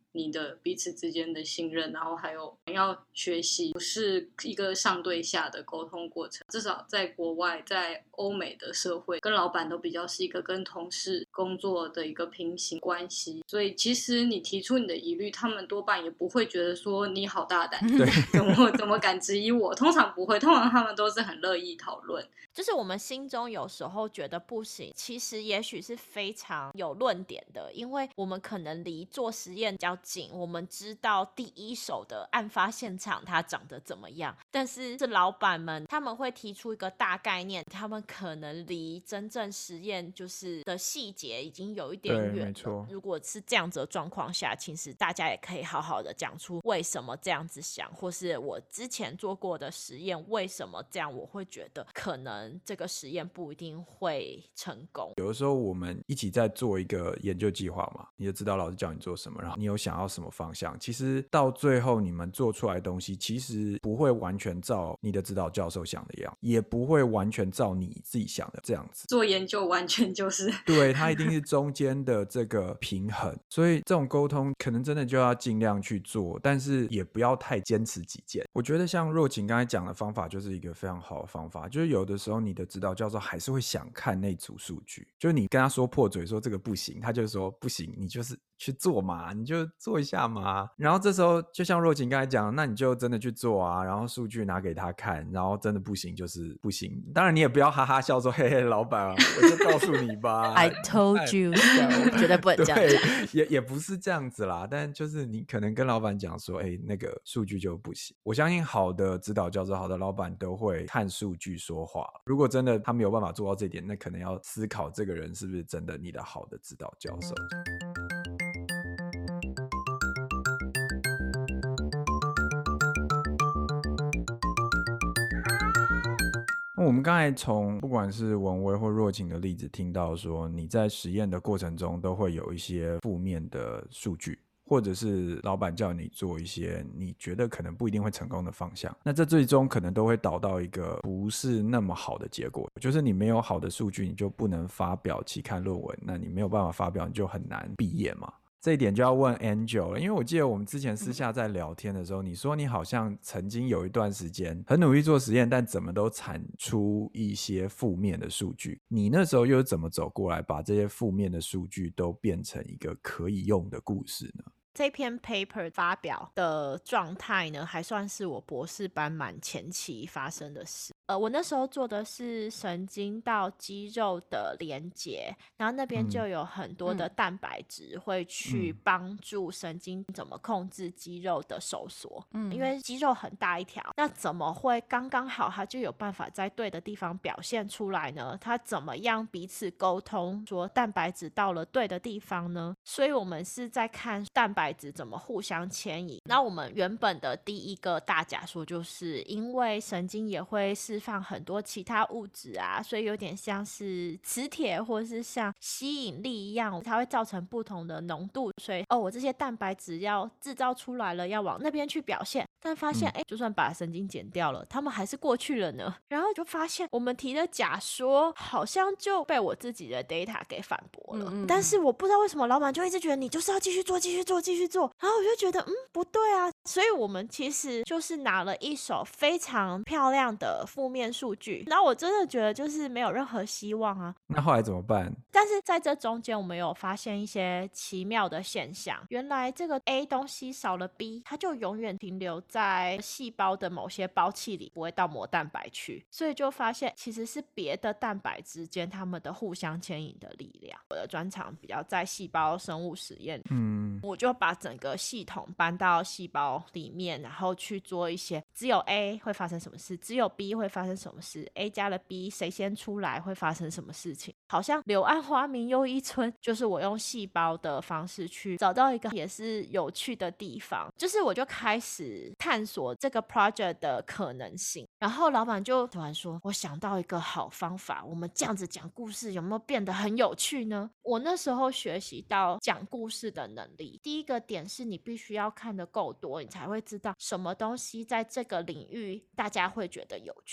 你的彼此之间的信任，然后还有要学习不是一个上对下的沟通过程。至少在国外，在欧美的社会，跟老板都比较是一个跟同事工作的一个平行关系，所以其实你提出你的疑虑，他们多半也不会觉得说你好大胆，怎么敢质疑我，通常不会，通常他们都是很乐意讨论。 就是我们心中有时候觉得不行，其实也许是非常有论点的，因为我们可能离做实验比较近，我们知道第一手的案发现场它长得怎么样，但是老板们他们会提出一个大概念，他们可能离真正实验就是的细节已经有一点远了。 没错。 如果是这样子的状况下，其实大家也可以好好的讲出为什么这样子想，或是我之前做过的实验为什么这样，我会觉得可能这个实验不一定会成功。 有的时候我们一起在做一个研究计划嘛，你就知道老师叫你做什么，然后你有想要什么方向，其实到最后你们做出来的东西其实不会完全照你的指导教授想的样，也不会完全照你自己想的这样子。 做研究完全就是对，它一定是中间的这个平衡，所以这种沟通可能真的就要尽量去做，但是也不要太坚持己见。我觉得像若晴刚才讲的方法就是一个非常好的方法，就是有的时候你的指导教授还是会想看那组数据，就是你跟他说破嘴说这个不行，他就说不行，你就是去做嘛，你就做一下嘛。然后这时候就像若晴刚才讲，那你就真的去做啊，然后数据拿给他看，然后真的不行就是不行。当然你也不要哈哈笑说嘿嘿老板啊，我就告诉你吧 I told you so 绝对不能这样讲。 也不是这样子啦，但就是你可能跟老板讲说那个数据就不行。我相信好的指导教授好的老板都会看数据说话，如果真的他没有办法做到这点，那可能要思考这个人是不是真的你的好的指导教授。我们刚才从不管是文威或若晴的例子听到说，你在实验的过程中都会有一些负面的数据，或者是老板叫你做一些你觉得可能不一定会成功的方向，那这最终可能都会导到一个不是那么好的结果，就是你没有好的数据，你就不能发表期刊论文，那你没有办法发表，你就很难毕业嘛。这一点就要问 Angel 了，因为我记得我们之前私下在聊天的时候，你说你好像曾经有一段时间很努力做实验，但怎么都产出一些负面的数据，你那时候又怎么走过来把这些负面的数据都变成一个可以用的故事呢？ 这篇 paper 发表的状态呢，还算是我博士班蛮前期发生的事。我那时候做的是神经到肌肉的连结，然后那边就有很多的蛋白质会去帮助神经怎么控制肌肉的收缩。因为肌肉很大一条，那怎么会刚刚好它就有办法在对的地方表现出来呢？它怎么样彼此沟通说蛋白质到了对的地方呢？所以我们是在看蛋白质怎么互相牵引。那我们原本的第一个大假说就是因为神经也会释放很多其他物质啊，所以有点像是磁铁或是像吸引力一样，它会造成不同的浓度，所以我这些蛋白质要制造出来了，要往那边去表现，但发现就算把神经剪掉了，他们还是过去了呢。然后就发现我们提的假说好像就被我自己的 data 给反驳了。但是我不知道为什么老板就一直觉得你就是要继续做继续做继续做，然后我就觉得不对啊。所以我们其实就是拿了一手非常漂亮的负面数据，然后我真的觉得就是没有任何希望啊。 那后来怎么办？ 但是在这中间我们有发现一些奇妙的现象，原来这个 A 东西少了 B， 它就永远停留在细胞的某些胞器里，不会到膜蛋白去，所以就发现其实是别的蛋白之间它们的互相牵引的力量。我的专长比较在细胞生物实验，我就把整个系统搬到细胞里面，然后去做一些只有 A 会发生什么事，只有 B 会发生什么事， A 加了 B 谁先出来会发生什么事情。好像柳暗花明又一村，就是我用细胞的方式去找到一个也是有趣的地方，就是我就开始探索这个 project 的可能性。然后老板就突然说，我想到一个好方法，我们这样子讲故事有没有变得很有趣呢？我那时候学习到讲故事的能力，第一个点是你必须要看得够多，你才会知道什么东西在这个领域大家会觉得有趣。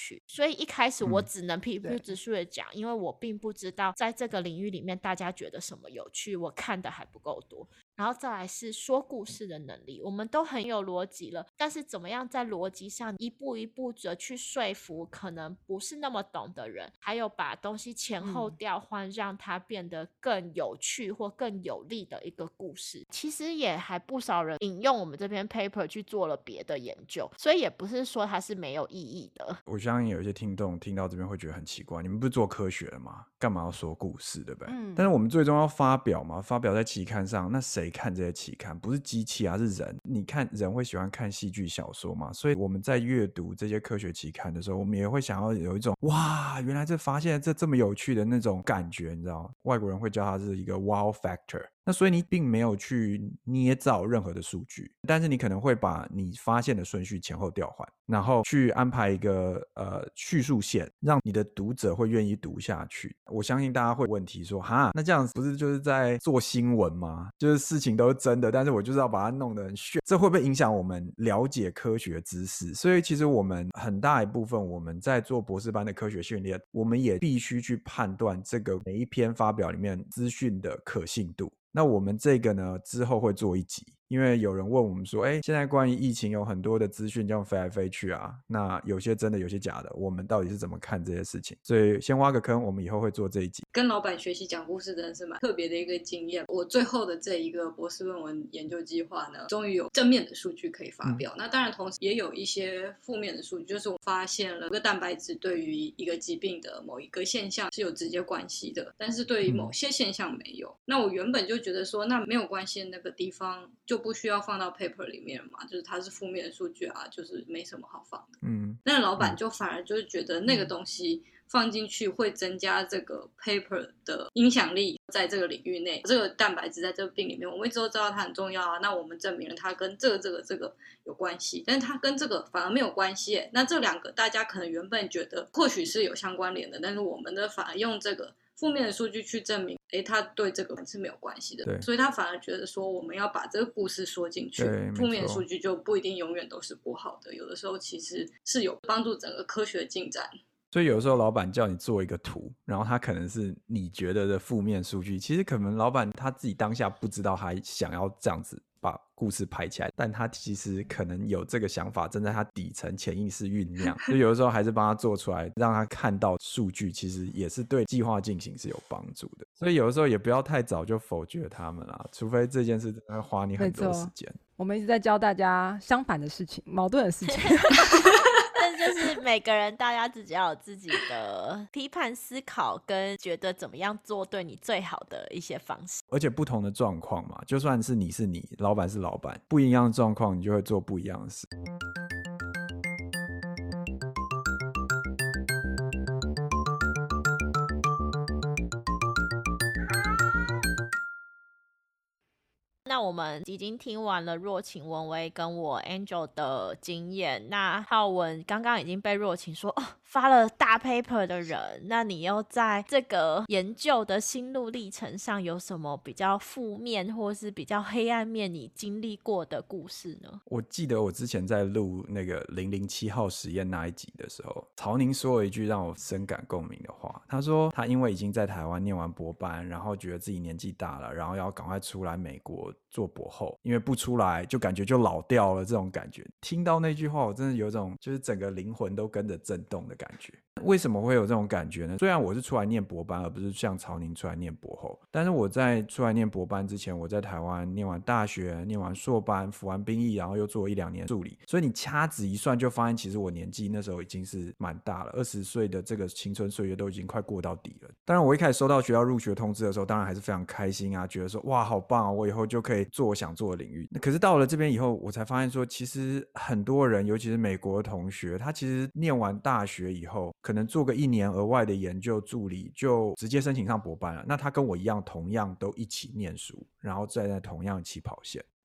去。所以一开始我只能平铺直叙的讲，因为我并不知道在这个领域里面大家觉得什么有趣，我看的还不够多。然后再来是说故事的能力，我们都很有逻辑了，但是怎么样在逻辑上一步一步的去说服可能不是那么懂的人，还有把东西前后调换，让它变得更有趣或更有力的一个故事。其实也还不少人引用我们这篇 paper 去做了别的研究，所以也不是说它是没有意义的。 我相信有一些听众听到这边会觉得很奇怪，你们不是做科学的吗？干嘛要说故事，对不对？但是我们最终要发表嘛，发表在期刊上，那谁看这些期刊？不是机器啊，是人。你看人会喜欢看戏剧小说嘛，所以我们在阅读这些科学期刊的时候，我们也会想要有一种哇，原来这发现这么有趣的那种感觉，你知道吗？外国人会叫它是一个 wow factor。那所以你并没有去捏造任何的数据，但是你可能会把你发现的顺序前后调换，然后去安排一个叙述线，让你的读者会愿意读下去。我相信大家会有问题说，哈，那这样不是就是在做新闻吗？就是事情都是真的，但是我就是要把它弄得很炫，这会不会影响我们了解科学知识？所以其实我们很大一部分我们在做博士班的科学训练，我们也必须去判断这个每一篇发表里面资讯的可信度。那我们这个呢之后会做一集，因为有人问我们说现在关于疫情有很多的资讯这样飞来飞去啊，那有些真的有些假的，我们到底是怎么看这些事情？所以先挖个坑，我们以后会做这一集。 跟老板学习讲故事真的是蛮特别的一个经验。我最后的这一个博士论文研究计划呢，终于有正面的数据可以发表。那当然同时也有一些负面的数据，就是我发现了一个蛋白质对于一个疾病的某一个现象是有直接关系的，但是对于某些现象没有。那我原本就觉得说那没有关系的那个地方就不需要放到 paper 里面了嘛，就是它是负面的数据啊，就是没什么好放的。但老板就反而就是觉得那个东西放进去会增加这个 paper 的影响力，在这个领域内，这个蛋白质在这个病里面，我们一直都知道它很重要啊。那我们证明了它跟这个有关系，但是它跟这个反而没有关系。那这两个大家可能原本觉得或许是有相关联的，但是我们的反而用这个负面的数据去证明它对这个是没有关系的，所以他反而觉得说我们要把这个故事说进去，负面的数据就不一定永远都是不好的，有的时候其实是有帮助整个科学进展。 所以有时候老板叫你做一个图，然后他可能是你觉得的负面数据，其实可能老板他自己当下不知道他想要这样子把故事拍起来，但他其实可能有这个想法正在他底层潜意识酝酿，所以有的时候还是帮他做出来，让他看到数据，其实也是对计划进行是有帮助的。所以有的时候也不要太早就否决他们啦，除非这件事真的会花你很多时间。 我们一直在教大家相反的事情，矛盾的事情但就是每个人大家自己要有自己的批判思考跟觉得怎么样做对你最好的一些方式， 而且不同的状况嘛，就算是你是你，老板是老板，不一样的状况你就会做不一样的事。 那我们已经听完了若晴、文威跟我 Angel 的经验，那浩文刚刚已经被若晴说发了大 paper 的人，那你又在这个研究的心路历程上有什么比较负面或是比较黑暗面你经历过的故事呢？ 我记得我之前在录那个007号实验那一集的时候，曹宁说了一句让我深感共鸣的话，他说他因为已经在台湾念完博班，然后觉得自己年纪大了，然后要赶快出来美国做博后，因为不出来就感觉就老掉了，这种感觉听到那句话我真的有种就是整个灵魂都跟着震动的感觉。为什么会有这种感觉呢？虽然我是出来念博班而不是像曹宁出来念博后，但是我在出来念博班之前，我在台湾念完大学，念完硕班，服完兵役，然后又做了1-2年助理，所以你掐指一算就发现其实我年纪那时候已经是蛮大了，20岁的这个青春岁月都已经快过到底了。当然我一开始收到学校入学通知的时候，当然还是非常开心啊，觉得说哇好棒啊，我以后就可以做我想做的领域。可是到了这边以后，我才发现说其实很多人尤其是美国的同学，他其实念完大学以后可能做个1年额外的研究助理就直接申请上博班了，那他跟我一样同样都一起念书，然后再在同样起跑线。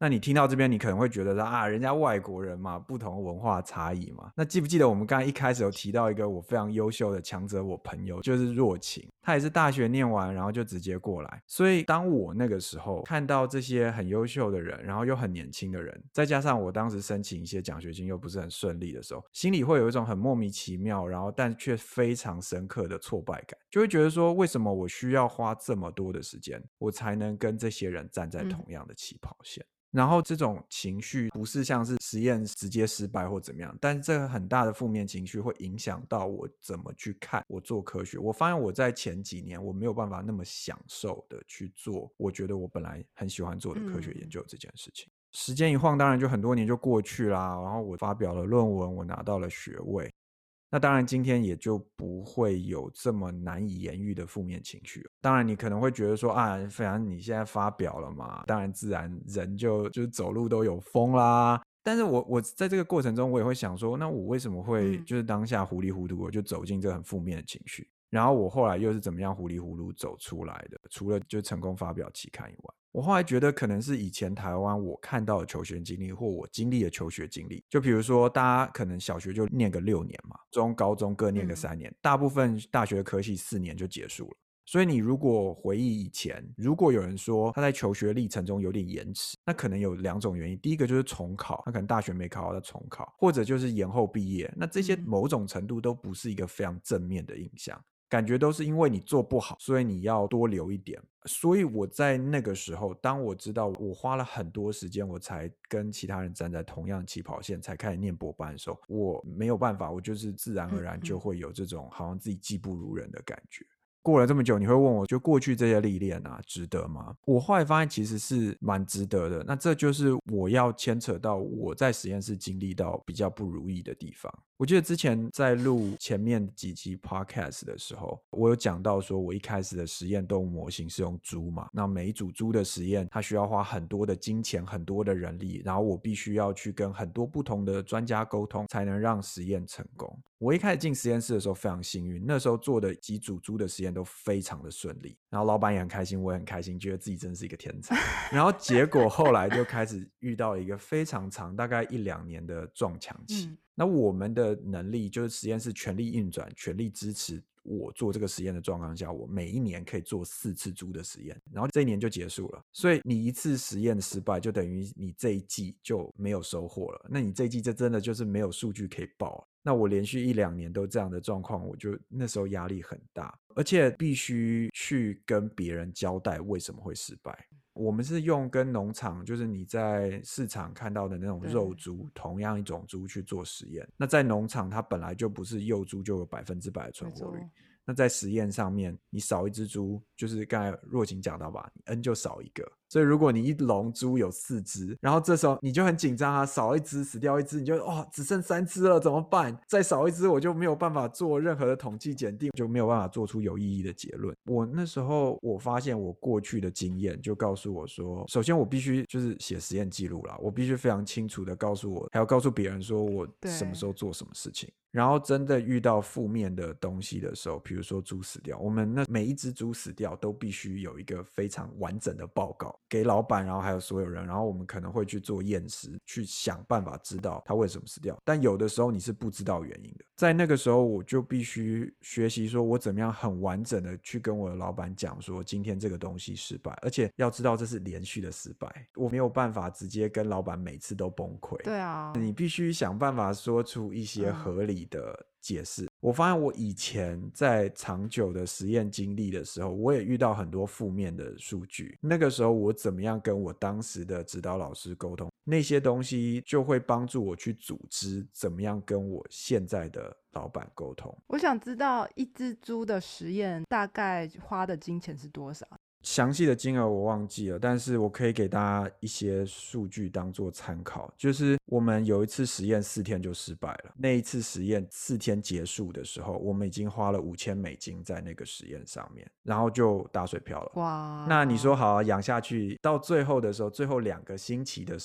那你听到这边你可能会觉得啊，人家外国人嘛，不同文化差异嘛。那记不记得我们刚才一开始有提到一个我非常优秀的强者我朋友，就是若晴，他也是大学念完然后就直接过来。所以当我那个时候看到这些很优秀的人，然后又很年轻的人，再加上我当时申请一些奖学金又不是很顺利的时候，心里会有一种很莫名其妙然后但却非常深刻的挫败感，就会觉得说为什么我需要花这么多的时间我才能跟这些人站在同样的起跑线。然后这种情绪不是像是实验直接失败或怎么样，但是这个很大的负面情绪会影响到我怎么去看我做科学。我发现我在前几年我没有办法那么享受的去做我觉得我本来很喜欢做的科学研究这件事情。时间一晃当然就很多年就过去啦，然后我发表了论文，我拿到了学位，那当然今天也就不会有这么难以言喻的负面情绪。当然你可能会觉得说啊，反正你现在发表了嘛，当然自然人就是走路都有风啦。但是我在这个过程中我也会想说，那我为什么会就是当下糊里糊涂我就走进这个很负面的情绪，然后我后来又是怎么样糊里糊涂走出来的，除了就成功发表期刊以外。我后来觉得可能是以前台湾我看到的求学经历或我经历的求学经历，就比如说大家可能小学就念个6年嘛，中高中各念个3年，大部分大学科系4年就结束了。所以你如果回忆以前，如果有人说他在求学历程中有点延迟，那可能有2种原因。第一个就是重考，他可能大学没考好，他重考，或者就是延后毕业。那这些某种程度都不是一个非常正面的印象，感觉都是因为你做不好，所以你要多留一点。所以我在那个时候，当我知道我花了很多时间我才跟其他人站在同样的起跑线才开始念博班的时候，我没有办法，我就是自然而然就会有这种好像自己技不如人的感觉。过了这么久，你会问我就过去这些历练啊值得吗？我后来发现其实是蛮值得的。那这就是我要牵扯到我在实验室经历到比较不如意的地方。我记得之前在录前面几集 podcast 的时候，我有讲到说我一开始的实验动物模型是用猪嘛，那每一组猪的实验它需要花很多的金钱很多的人力，然后我必须要去跟很多不同的专家沟通才能让实验成功。我一开始进实验室的时候非常幸运，那时候做的几组猪的实验都非常的顺利，然后老板也很开心，我也很开心，觉得自己真是一个天才。然后结果后来就开始遇到一个非常长大概1-2年的撞墙期。那我们的能力就是实验室全力运转全力支持我做这个实验的状况下，我每一年可以做4次猪的实验，然后这一年就结束了。所以你一次实验的失败就等于你这一季就没有收获了，那你这一季这真的就是没有数据可以报了。那我连续1-2年都这样的状况，我就那时候压力很大，而且必须去跟别人交代为什么会失败。我们是用跟农场就是你在市场看到的那种肉猪同样一种猪去做实验，那在农场它本来就不是幼猪就有100%的存活率，那在实验上面你少一只猪，就是刚才若晴讲到吧，你 N 就少一个，所以如果你一笼猪有4只，然后这时候你就很紧张啊，少一只死掉一只，你就只剩3只了怎么办？再少一只我就没有办法做任何的统计检定，就没有办法做出有意义的结论。我那时候我发现我过去的经验就告诉我说，首先我必须就是写实验记录啦，我必须非常清楚的告诉我，还要告诉别人说我什么时候做什么事情。然后真的遇到负面的东西的时候，比如说猪死掉，我们那每一只猪死掉都必须有一个非常完整的报告给老板，然后还有所有人，然后我们可能会去做验尸，去想办法知道他为什么死掉，但有的时候你是不知道原因的。在那个时候我就必须学习说我怎么样很完整的去跟我的老板讲说今天这个东西失败，而且要知道这是连续的失败，我没有办法直接跟老板每次都崩溃。 对啊， 你必须想办法说出一些合理的解释。我发现我以前在长久的实验经历的时候，我也遇到很多负面的数据，那个时候我怎么样跟我当时的指导老师沟通，那些东西就会帮助我去组织怎么样跟我现在的老板沟通。 我想知道一只猪的实验大概花的金钱是多少？ 详细的金额我忘记了，但是我可以给大家一些数据当做参考。就是我们有一次实验4天就失败了，那一次实验4天结束的时候，我们已经花了$5000在那个实验上面，然后就打水漂了。 哇， 那你说好养下去到最后的时候，最后2个星期的时候，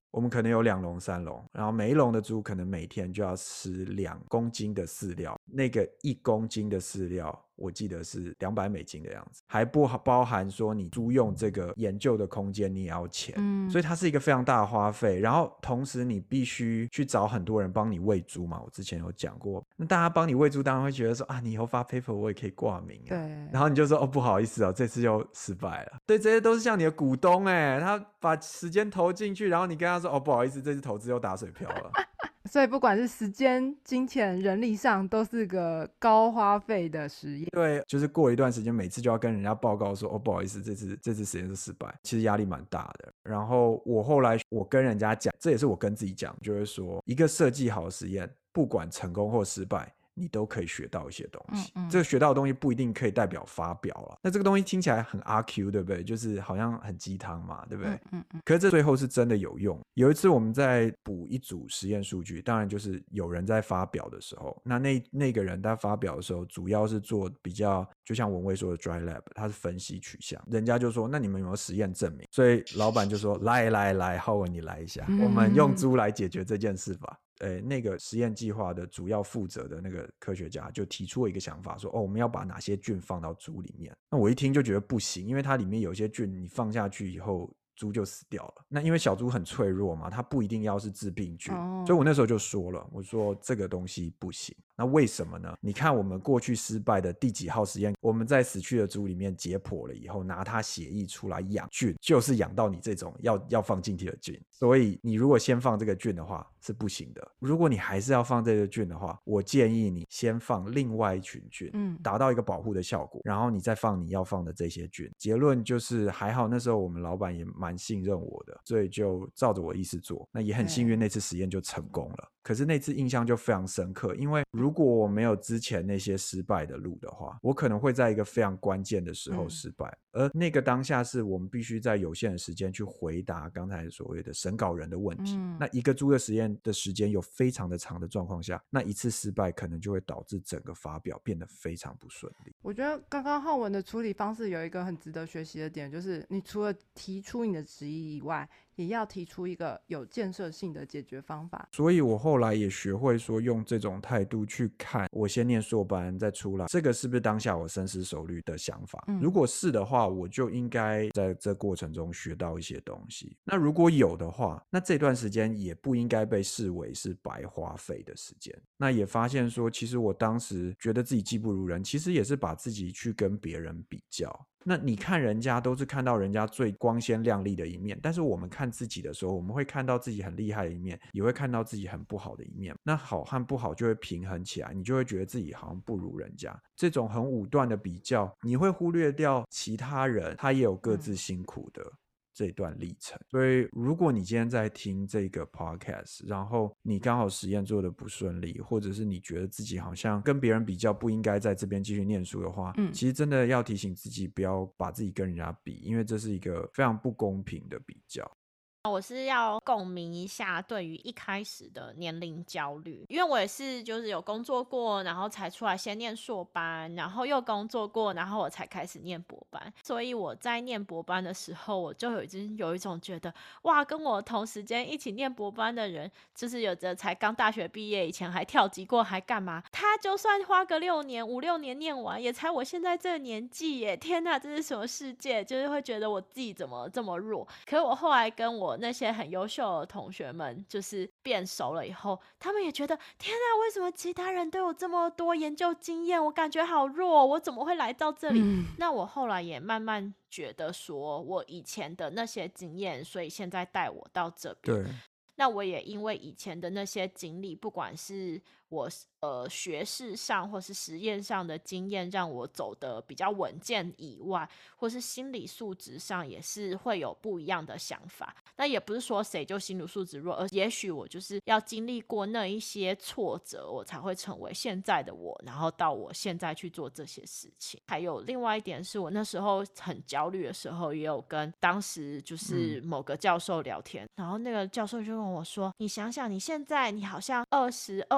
我们可能有2笼3笼，然后每一笼的猪可能每天就要吃2公斤的饲料，那个1公斤的饲料我记得是$200的样子，还不包含说你租用这个研究的空间你也要钱，所以它是一个非常大的花费。然后同时你必须去找很多人帮你喂猪嘛，我之前有讲过，那大家帮你喂猪当然会觉得说啊，你以后发 paper 我也可以挂名啊， 对， 然后你就说哦不好意思哦，这次又失败了。对，这些都是像你的股东他把时间投进去，然后你跟他说哦不好意思，这次投资又打水漂了。 所以不管是时间、金钱、人力上，都是个高花费的实验。 对，就是过一段时间，每次就要跟人家报告说，哦，不好意思，这次实验是失败，其实压力蛮大的。然后我后来我跟人家讲，这也是我跟自己讲，就是说，一个设计好的实验，不管成功或失败，你都可以学到一些东西。这个学到的东西不一定可以代表发表了。那这个东西听起来很阿 Q， 对不对？就是好像很鸡汤嘛，对不对？可是这最后是真的有用。有一次我们在补一组实验数据，当然就是有人在发表的时候，那个人在发表的时候，主要是做比较，就像文蔚说的 dry lab， 他是分析取向。人家就说，那你们有没有实验证明？所以老板就说，来，浩文你来一下，我们用猪来解决这件事吧。那个实验计划的主要负责的那个科学家就提出了一个想法说，我们要把哪些菌放到猪里面。那我一听就觉得不行，因为它里面有些菌你放下去以后猪就死掉了。那因为小猪很脆弱嘛，它不一定要是致病菌，所以我那时候就说了，我说这个东西不行。那为什么呢？你看我们过去失败的第几号实验，我们在死去的猪里面解剖了以后，拿它血液出来养菌，就是养到你这种要放进去的菌。所以你如果先放这个菌的话是不行的。如果你还是要放这个菌的话，我建议你先放另外一群菌，达到一个保护的效果，然后你再放你要放的这些菌。结论就是还好那时候我们老板也蛮信任我的，所以就照着我意思做。那也很幸运那次实验就成功了。可是那次印象就非常深刻，因为如果我没有之前那些失败的路的话，我可能会在一个非常关键的时候失败。而那个当下是我们必须在有限的时间去回答刚才所谓的审稿人的问题。那一个猪的实验的时间有非常的长的状况下，那一次失败可能就会导致整个发表变得非常不顺利。 我觉得刚刚浩文的处理方式有一个很值得学习的点，就是你除了提出你的质疑以外，也要提出一个有建设性的解决方法。 所以我后来也学会说用这种态度去看，我先念硕班再出来，这个是不是当下我深思熟虑的想法？如果是的话，我就应该在这过程中学到一些东西。那如果有的话，那这段时间也不应该被视为是白花费的时间。那也发现说，其实我当时觉得自己技不如人，其实也是把自己去跟别人比较。那你看人家都是看到人家最光鲜亮丽的一面，但是我们看自己的时候，我们会看到自己很厉害的一面，也会看到自己很不好的一面。那好和不好就会平衡起来，你就会觉得自己好像不如人家。这种很武断的比较，你会忽略掉其他人他也有各自辛苦的这段历程。所以如果你今天在听这个 podcast， 然后你刚好实验做的不顺利，或者是你觉得自己好像跟别人比较不应该在这边继续念书的话，其实真的要提醒自己不要把自己跟人家比，因为这是一个非常不公平的比较。 我是要共鸣一下对于一开始的年龄焦虑，因为我也是就是有工作过，然后才出来先念硕班，然后又工作过，然后我才开始念博班。所以我在念博班的时候，我就已经有一种觉得，哇，跟我同时间一起念博班的人，就是有的才刚大学毕业，以前还跳级过，还干嘛，他就算花个5、6年念完，也才我现在这个年纪耶！天哪，这是什么世界？就是会觉得我自己怎么这么弱。可是我后来跟我那些很优秀的同学们就是变熟了以后，他们也觉得天啊，为什么其他人都有这么多研究经验，我感觉好弱，我怎么会来到这里？那我后来也慢慢觉得说，我以前的那些经验，所以现在带我到这边。 对， 那我也因为以前的那些经历，不管是我学识上或是实验上的经验，让我走得比较稳健以外，或是心理素质上也是会有不一样的想法。那也不是说谁就心理素质弱，而也许我就是要经历过那一些挫折，我才会成为现在的我，然后到我现在去做这些事情。还有另外一点是，我那时候很焦虑的时候，也有跟当时就是某个教授聊天，然后那个教授就跟我说，你想想你现在你好像22岁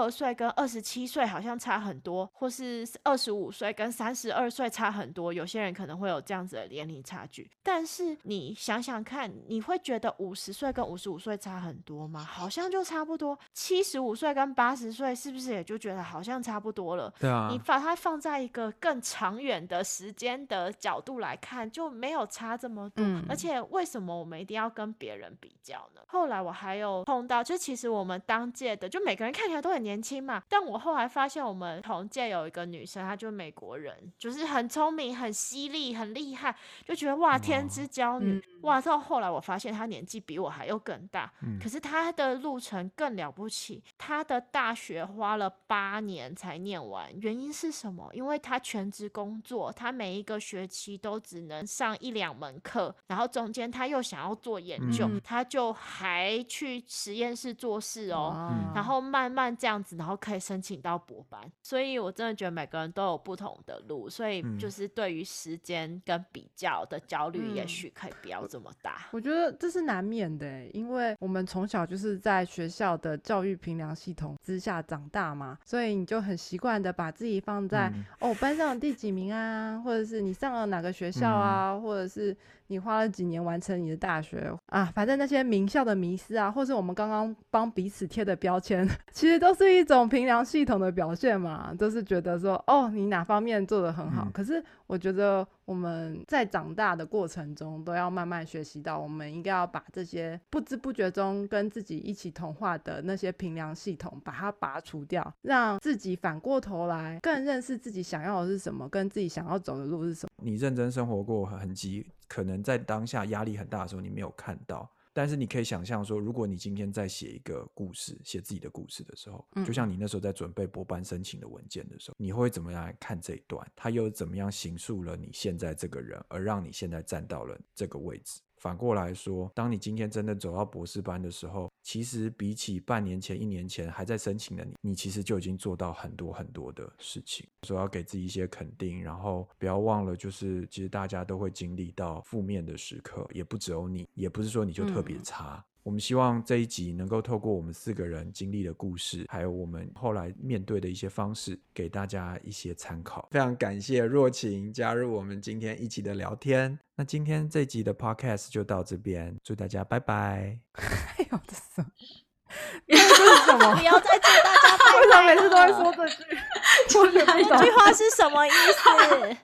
跟27岁好像差很多，或是25岁跟32岁差很多，有些人可能会有这样子的年龄差距。但是你想想看，你会觉得50岁跟55岁差很多吗？好像就差不多。75岁跟80岁是不是也就觉得好像差不多了？ 对啊， 你把它放在一个更长远的时间的角度来看，就没有差这么多。而且为什么我们一定要跟别人比较呢？后来我还有碰到，就其实我们当届的，就每个人看起来都很年轻嘛，但我后来发现我们同届有一个女生，她就是美国人，就是很聪明、很犀利、很厉害，就觉得哇，天之骄女。哇，到后来我发现她年纪比我还要更大，可是她的路程更了不起，她的大学花了8年才念完。原因是什么？因为她全职工作，她每一个学期都只能上1-2门课，然后中间她又想要做研究，她就还去实验室做事然后慢慢这样子，然后可以申请到博班。所以我真的觉得每个人都有不同的路，所以就是对于时间跟比较的焦虑也许可以不要这么大。 我觉得这是难免的，因为我们从小就是在学校的教育评量系统之下长大嘛，所以你就很习惯的把自己放在班上的第几名啊，或者是你上了哪个学校啊，或者是你花了几年完成你的大学啊，反正那些名校的迷思啊，或是我们刚刚帮彼此贴的标签，其实都是一种评量系统的表现嘛，都是觉得说你哪方面做得很好，可是我觉得我们在长大的过程中都要慢慢学习到，我们应该要把这些不知不觉中跟自己一起同化的那些评量系统把它拔除掉，让自己反过头来更认识自己想要的是什么，跟自己想要走的路是什么。 你认真生活过痕迹，可能在当下压力很大的时候你没有看到，但是你可以想象说，如果你今天在写一个故事，写自己的故事的时候，就像你那时候在准备博班申请的文件的时候，你会怎么样来看这一段，它又怎么样形塑了你现在这个人，而让你现在站到了这个位置。反过来说，当你今天真的走到博士班的时候，其实比起半年前、1年前还在申请的你其实就已经做到很多很多的事情。所以要给自己一些肯定，然后不要忘了，就是其实大家都会经历到负面的时刻，也不只有你，也不是说你就特别差。我们希望这一集能够透过我们4个人经历的故事，还有我们后来面对的一些方式，给大家一些参考。非常感谢若晴加入我们今天一起的聊天。那今天这集的 podcast 就到这边，祝大家拜拜。 哎呦，这是什么？ 不要再祝大家拜拜了。 为什么每次都会说这句？ 这句话是什么意思？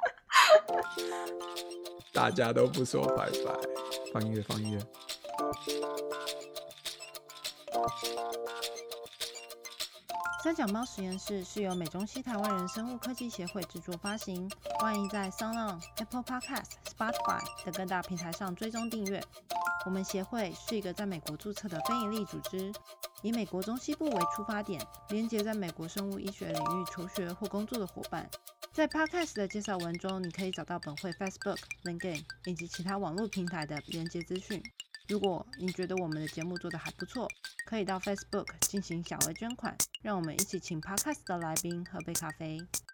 大家都不说拜拜。放音乐，放音乐。 三脚猫实验室是由美中西台湾人生物科技协会制作发行，欢迎在 SoundOn、Apple Podcast、Spotify 等各大平台上追踪订阅。我们协会是一个在美国注册的非营利组织，以美国中西部为出发点，连结在美国生物医学领域求学或工作的伙伴。在 Podcast 的介绍文中，你可以找到本会 Facebook、LinkedIn 以及其他网络平台的连结资讯。如果你觉得我们的节目做得还不错，可以到 Facebook 进行小额捐款，让我们一起请 Podcast 的来宾喝杯咖啡。